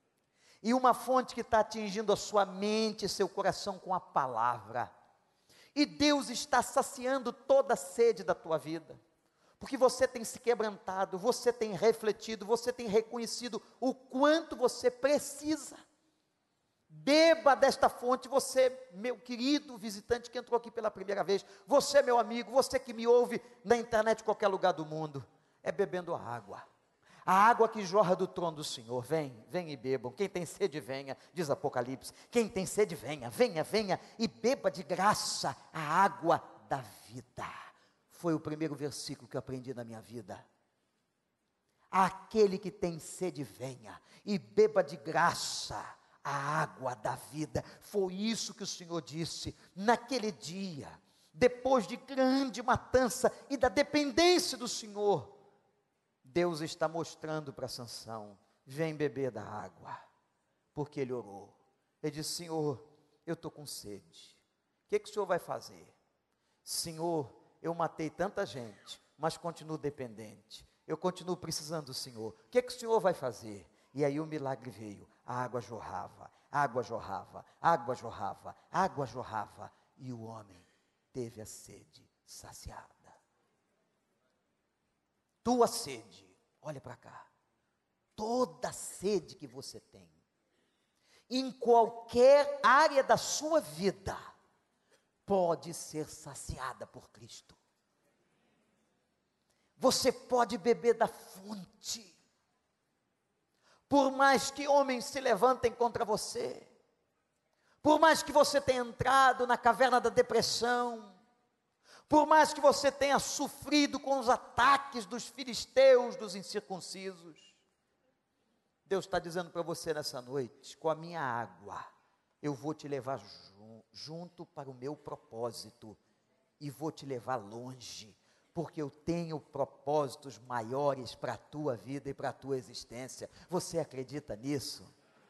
E uma fonte que está atingindo a sua mente e seu coração com a palavra. E Deus está saciando toda a sede da tua vida. Porque você tem se quebrantado, você tem refletido, você tem reconhecido o quanto você precisa. Beba desta fonte, você, meu querido visitante que entrou aqui pela primeira vez, você, meu amigo, você que me ouve na internet em qualquer lugar do mundo, é bebendo a água que jorra do trono do Senhor. Vem e bebam. Quem tem sede, venha, diz Apocalipse. Quem tem sede, venha e beba de graça a água da vida. Foi o primeiro versículo que eu aprendi na minha vida. Aquele que tem sede, venha e beba de graça a água da vida. Foi isso que o Senhor disse naquele dia, depois de grande matança e da dependência do Senhor. Deus está mostrando para Sansão: vem beber da água, porque ele orou. Ele disse: Senhor, eu estou com sede. O que o Senhor vai fazer? Senhor, eu matei tanta gente, mas continuo dependente. Eu continuo precisando do Senhor. O que o Senhor vai fazer? E aí o milagre veio. A água jorrava, água jorrava, água jorrava, água jorrava. E o homem teve a sede saciada. Tua sede, olha para cá. Toda a sede que você tem, em qualquer área da sua vida, pode ser saciada por Cristo. Você pode beber da fonte. Por mais que homens se levantem contra você, por mais que você tenha entrado na caverna da depressão, por mais que você tenha sofrido com os ataques dos filisteus, dos incircuncisos, Deus está dizendo para você nessa noite: com a minha água, eu vou te levar junto para o meu propósito, e vou te levar longe, porque eu tenho propósitos maiores para a tua vida e para a tua existência. Você acredita nisso?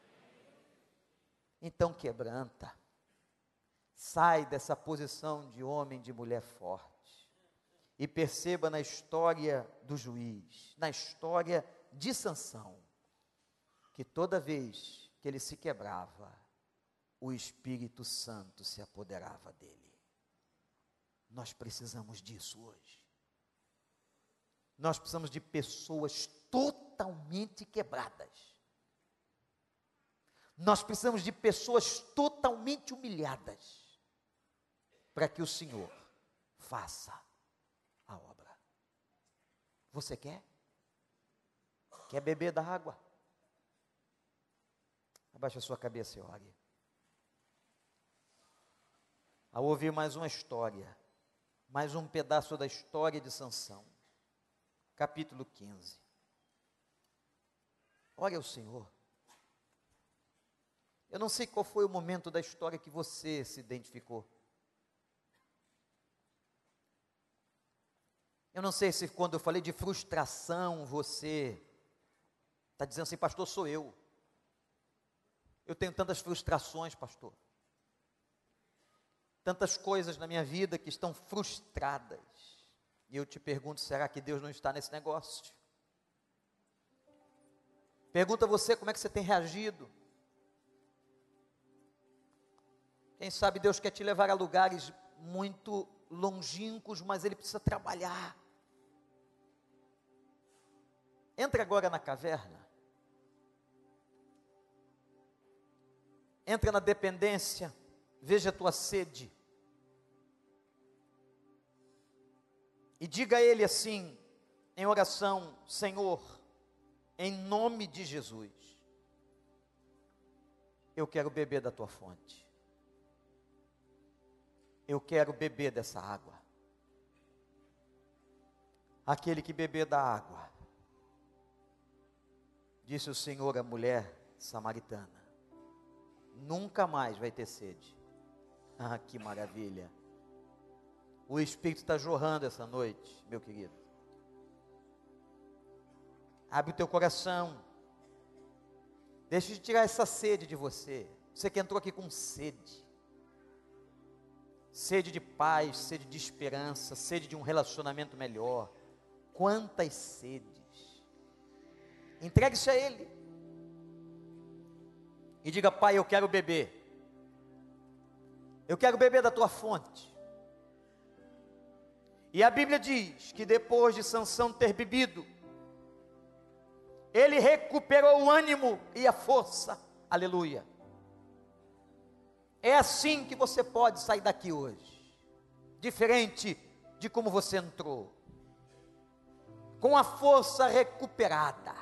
Então quebranta, sai dessa posição de homem, de mulher forte, e perceba na história do juiz, na história de Sansão, que toda vez que ele se quebrava, o Espírito Santo se apoderava dele. Nós precisamos disso hoje. Nós precisamos de pessoas totalmente quebradas. Nós precisamos de pessoas totalmente humilhadas, para que o Senhor faça a obra. Você quer? Quer beber da água? Abaixa a sua cabeça e ore. Ao ouvir mais uma história, mais um pedaço da história de Sansão, capítulo 15. Ore ao Senhor. Eu não sei qual foi o momento da história que você se identificou. Eu não sei se quando eu falei de frustração, você está dizendo assim: pastor, sou eu. Eu tenho tantas frustrações, pastor. Tantas coisas na minha vida que estão frustradas. E eu te pergunto: será que Deus não está nesse negócio? Pergunta a você como é que você tem reagido. Quem sabe Deus quer te levar a lugares muito longínquos, mas Ele precisa trabalhar. Entra agora na caverna. Entra na dependência. Veja a tua sede. E diga a Ele assim, em oração: Senhor, em nome de Jesus, eu quero beber da tua fonte. Eu quero beber dessa água. Aquele que beber da água, disse o Senhor à mulher samaritana, nunca mais vai ter sede. Ah, que maravilha! O Espírito está jorrando essa noite, meu querido. Abre o teu coração. Deixa de tirar essa sede de você. Você que entrou aqui com sede. Sede de paz, sede de esperança, sede de um relacionamento melhor. Quantas sedes. Entregue-se a Ele. E diga: Pai, eu quero beber. Eu quero beber da tua fonte. E a Bíblia diz que depois de Sansão ter bebido, ele recuperou o ânimo e a força. Aleluia. É assim que você pode sair daqui hoje, diferente de como você entrou, com a força recuperada,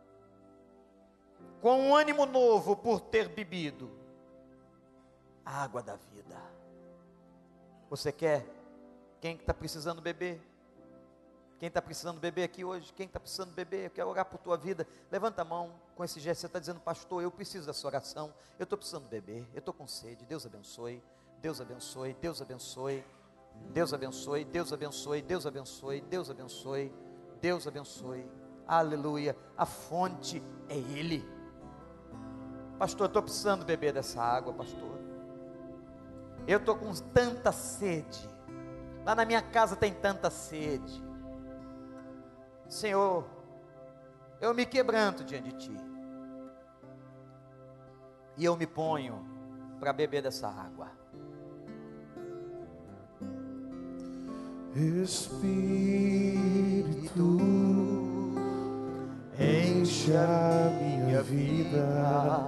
com um ânimo novo por ter bebido a água da vida. Você quer? Quem está precisando beber? Quem está precisando beber aqui hoje? Quem está precisando beber? Eu quero orar por tua vida. Levanta a mão com esse gesto. Você está dizendo: pastor, eu preciso dessa oração. Eu estou precisando beber. Eu estou com sede. Deus abençoe. Deus abençoe. Deus abençoe. Deus abençoe. Deus abençoe. Deus abençoe. Deus abençoe. Deus abençoe. Aleluia. A fonte é Ele. Pastor, eu estou precisando beber dessa água, pastor. Eu estou com tanta sede. Lá na minha casa tem tanta sede. Senhor, eu me quebranto diante de Ti, e eu me ponho para beber dessa água. Espírito, enche a minha vida.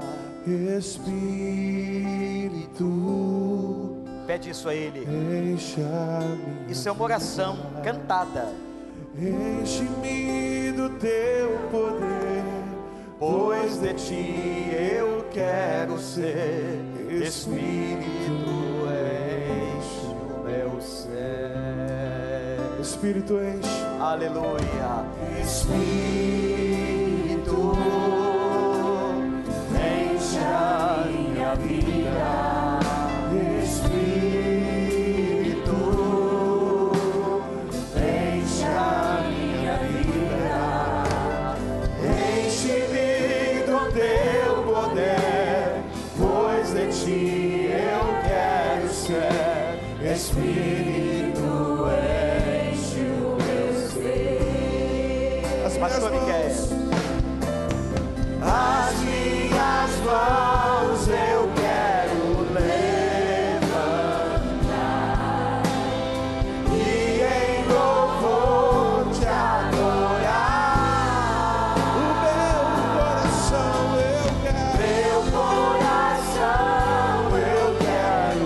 Espírito, pede isso a Ele. enche a minha Isso é uma oração cantada. Enche-me do teu poder, pois de ti eu quero ser. Espírito, enche o meu ser. Espírito, enche. Aleluia. Espírito, enche a minha vida. Espírito, enche o meu ser. As minhas mãos, as minhas mãos eu quero levantar e em louvor te adorar. O meu coração eu quero, meu coração eu quero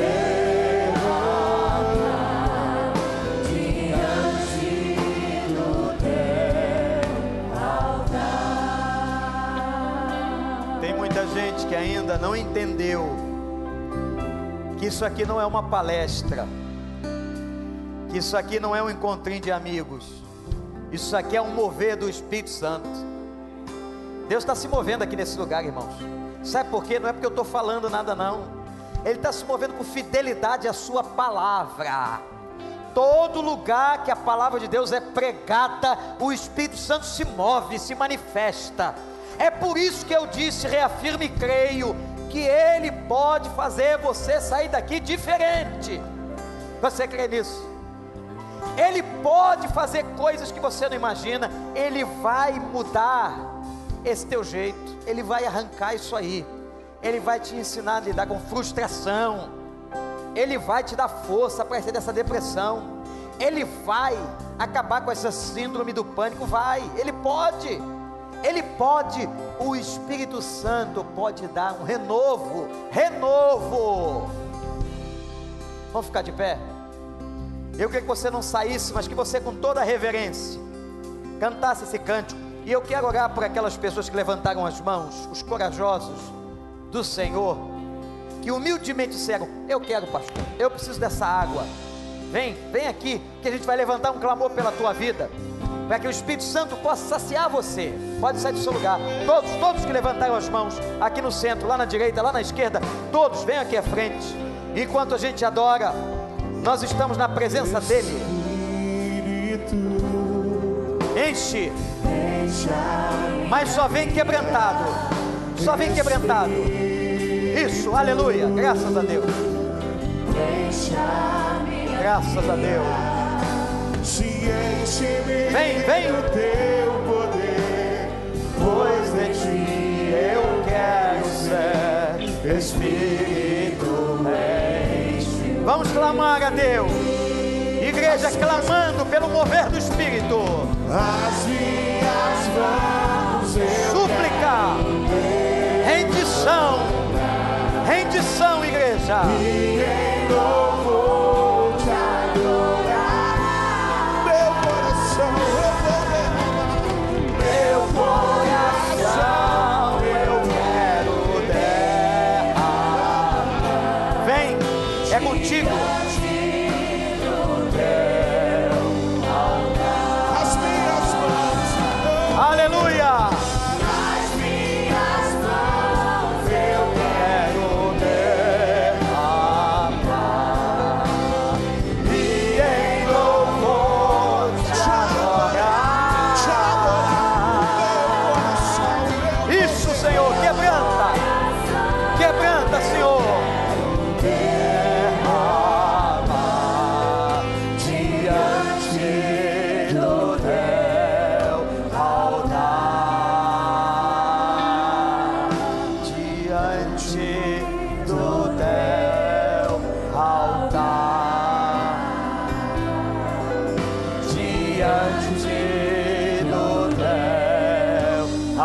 gente que ainda não entendeu que isso aqui não é uma palestra, que isso aqui não é um encontrinho de amigos, isso aqui é um mover do Espírito Santo. Deus está se movendo aqui nesse lugar, irmãos. Sabe por quê? Não é porque eu estou falando nada não. Ele está se movendo com fidelidade à sua palavra. Todo lugar que a palavra de Deus é pregada, o Espírito Santo se move, se manifesta. É por isso que eu disse, reafirmo e creio, que Ele pode fazer você sair daqui diferente. Você crê nisso? Ele pode fazer coisas que você não imagina. Ele vai mudar esse teu jeito. Ele vai arrancar isso aí. Ele vai te ensinar a lidar com frustração. Ele vai te dar força para sair dessa depressão. Ele vai acabar com essa síndrome do pânico. Vai, Ele pode. Ele pode, o Espírito Santo pode dar um renovo. Vamos ficar de pé? Eu queria que você não saísse, mas que você com toda a reverência cantasse esse cântico. E eu quero orar por aquelas pessoas que levantaram as mãos, os corajosos do Senhor, que humildemente disseram: eu quero, pastor, eu preciso dessa água. Vem aqui, que a gente vai levantar um clamor pela tua vida, para que o Espírito Santo possa saciar você. Pode sair do seu lugar. Todos que levantaram as mãos, aqui no centro, lá na direita, lá na esquerda, todos venham aqui à frente. Enquanto a gente adora, nós estamos na presença dEle. Enche, mas só vem quebrantado. Só vem quebrantado. Isso, aleluia, graças a Deus. Graças a Deus. Vem o teu poder, pois de ti eu quero ser. Espírito, enche. Vamos clamar a Deus. Igreja clamando pelo mover do Espírito. As minhas mãos eu Súplica. Rendição. Rendição, igreja. e em louvor te adorar. Meu coração eu vou derramar. Meu coração eu quero derramar. Vem, é contigo. As minhas mãos, Aleluia. as minhas mãos eu Quero derramar e em louvor te adorar. Te adorar. Meu coração eu isso, Senhor. Quebranta. Quebranta, Senhor. Derrama diante do teu altar. Diante do teu altar. Diante do teu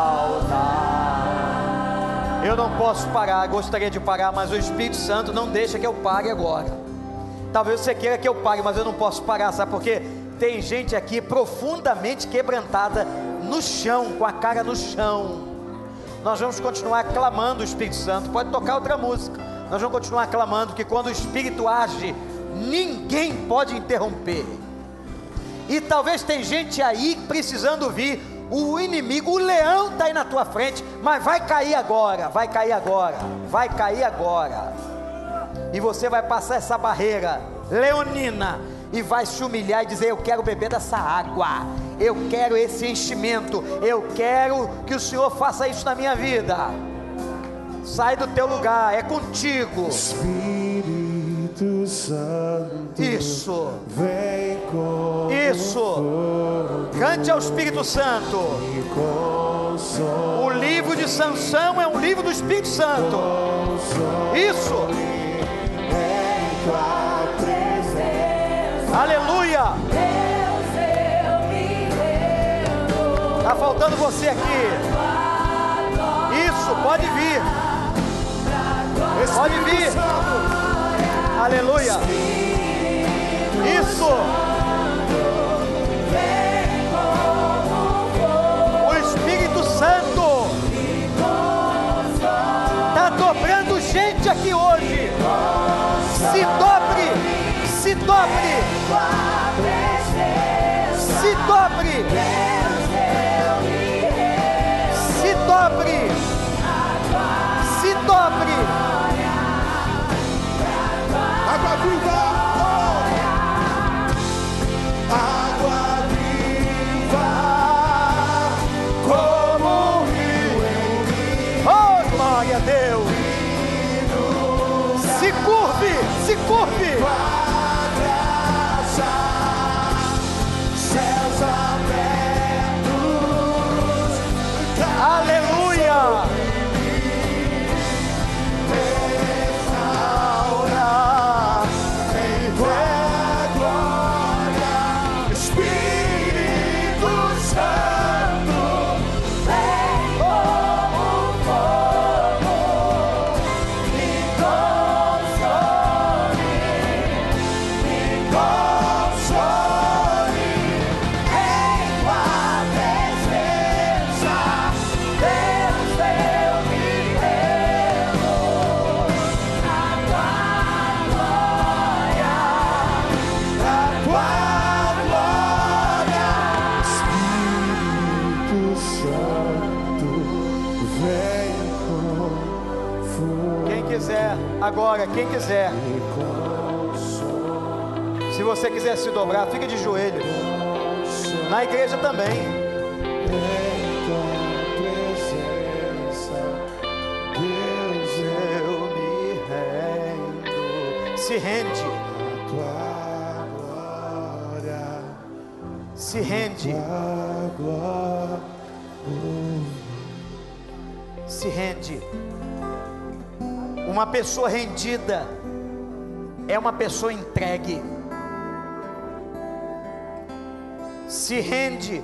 altar. Eu não posso parar, gostaria de parar, mas o Espírito Santo não deixa que eu pare agora. Talvez você queira que eu pare, mas eu não posso parar, sabe por quê? Tem gente aqui profundamente quebrantada no chão, com a cara no chão. Nós vamos continuar clamando o Espírito Santo. Pode tocar outra música. Nós vamos continuar clamando, que quando o Espírito age, ninguém pode interromper. E talvez tem gente aí precisando vir. O inimigo, o leão está aí na tua frente, mas vai cair agora, vai cair agora, vai cair agora. E você vai passar essa barreira leonina e vai se humilhar e dizer: eu quero beber dessa água, eu quero esse enchimento, eu quero que o Senhor faça isso na minha vida. Sai do teu lugar, é contigo. Espírito Santo, Isso, vem com isso. Cante ao Espírito Santo. consolo. O livro de Sansão é um livro do Espírito Santo. Isso. Em tua presença, Aleluia. Deus, eu me rendo. Está faltando você aqui. Isso, pode vir. Pode vir. Aleluia. Isso. O Espírito Santo está dobrando gente aqui hoje. Se dobre. Se dobre. Se dobre. Se dobre. Se dobre. Água viva, água viva, como um rio em Oh, glória a Deus. Se curve. Se curve. graça, céus abertos, Aleluia. restaura em tua glória, Espírito Santo, vem como fogo, me console, em tua presença, Deus, eu me rendo. Espírito Santo, vem com fogo. Quem quiser, agora, quem quiser. Se você quiser se dobrar, fica de joelho. Na igreja também. Deus, Eu me rendo. Se rende. tua glória, Se rende. tua glória. Se rende. Uma pessoa rendida é uma pessoa entregue. Se rende.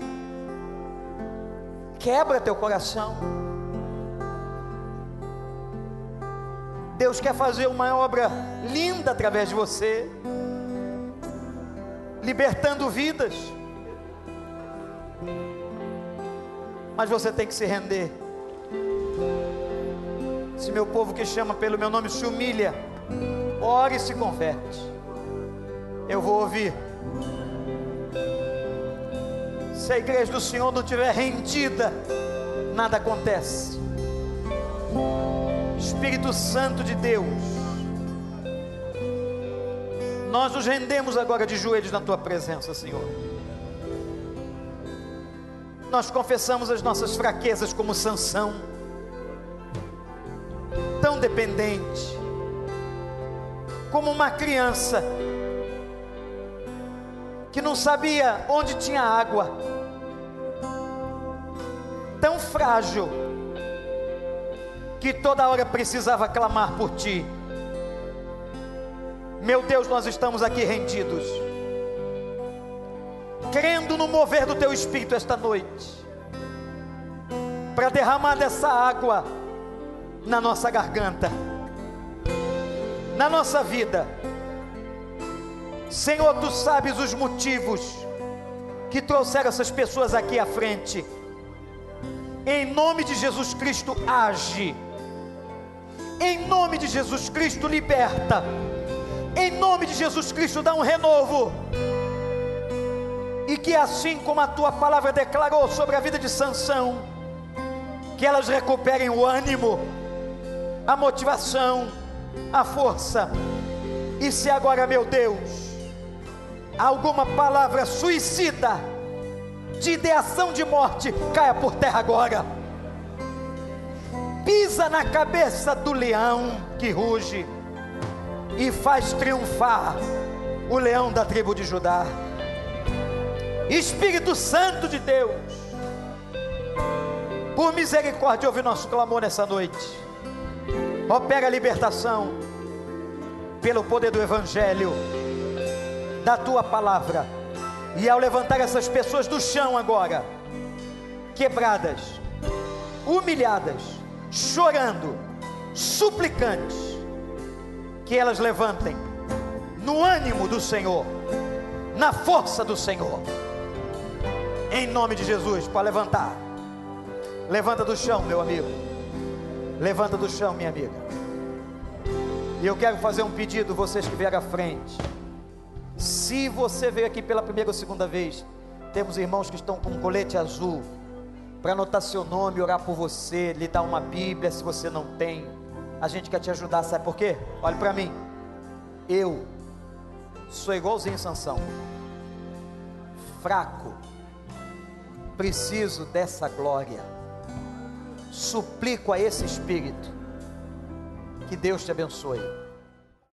Quebra teu coração. Deus quer fazer uma obra linda através de você, libertando vidas. Mas você tem que se render. Se meu povo que chama pelo meu nome se humilha, ora e se converte, eu vou ouvir. Se a igreja do Senhor não estiver rendida, nada acontece. Espírito Santo de Deus, nós nos rendemos agora de joelhos na Tua presença, Senhor. Nós confessamos as nossas fraquezas como Sansão, tão dependente, como uma criança que não sabia onde tinha água, tão frágil, que toda hora precisava clamar por Ti. Meu Deus, nós estamos aqui rendidos, crendo no mover do Teu Espírito esta noite, para derramar dessa água na nossa garganta, na nossa vida. Senhor, Tu sabes os motivos que trouxeram essas pessoas aqui à frente. Em nome de Jesus Cristo, age. Em nome de Jesus Cristo, liberta. Em nome de Jesus Cristo, dá um renovo. E que assim como a Tua palavra declarou sobre a vida de Sansão, que elas recuperem o ânimo, a motivação, a força. E se agora, meu Deus, alguma palavra suicida, de ideação de morte, caia por terra agora. Pisa na cabeça do leão que ruge e faz triunfar o leão da tribo de Judá. Espírito Santo de Deus, por misericórdia, ouve nosso clamor nessa noite. Opera a libertação pelo poder do Evangelho, da Tua palavra. E ao levantar essas pessoas do chão agora, quebradas, humilhadas, chorando, suplicantes, que elas levantem no ânimo do Senhor, na força do Senhor, em nome de Jesus. Para levantar, levanta do chão, meu amigo, levanta do chão, minha amiga. E eu quero fazer um pedido, vocês que vieram à frente. Se você veio aqui pela primeira ou segunda vez, temos irmãos que estão com um colete azul, para anotar seu nome, orar por você, lhe dar uma Bíblia se você não tem. A gente quer te ajudar, sabe por quê? Olhe para mim, eu sou igualzinho Sansão, fraco, preciso dessa glória. Suplico a esse Espírito, que Deus te abençoe.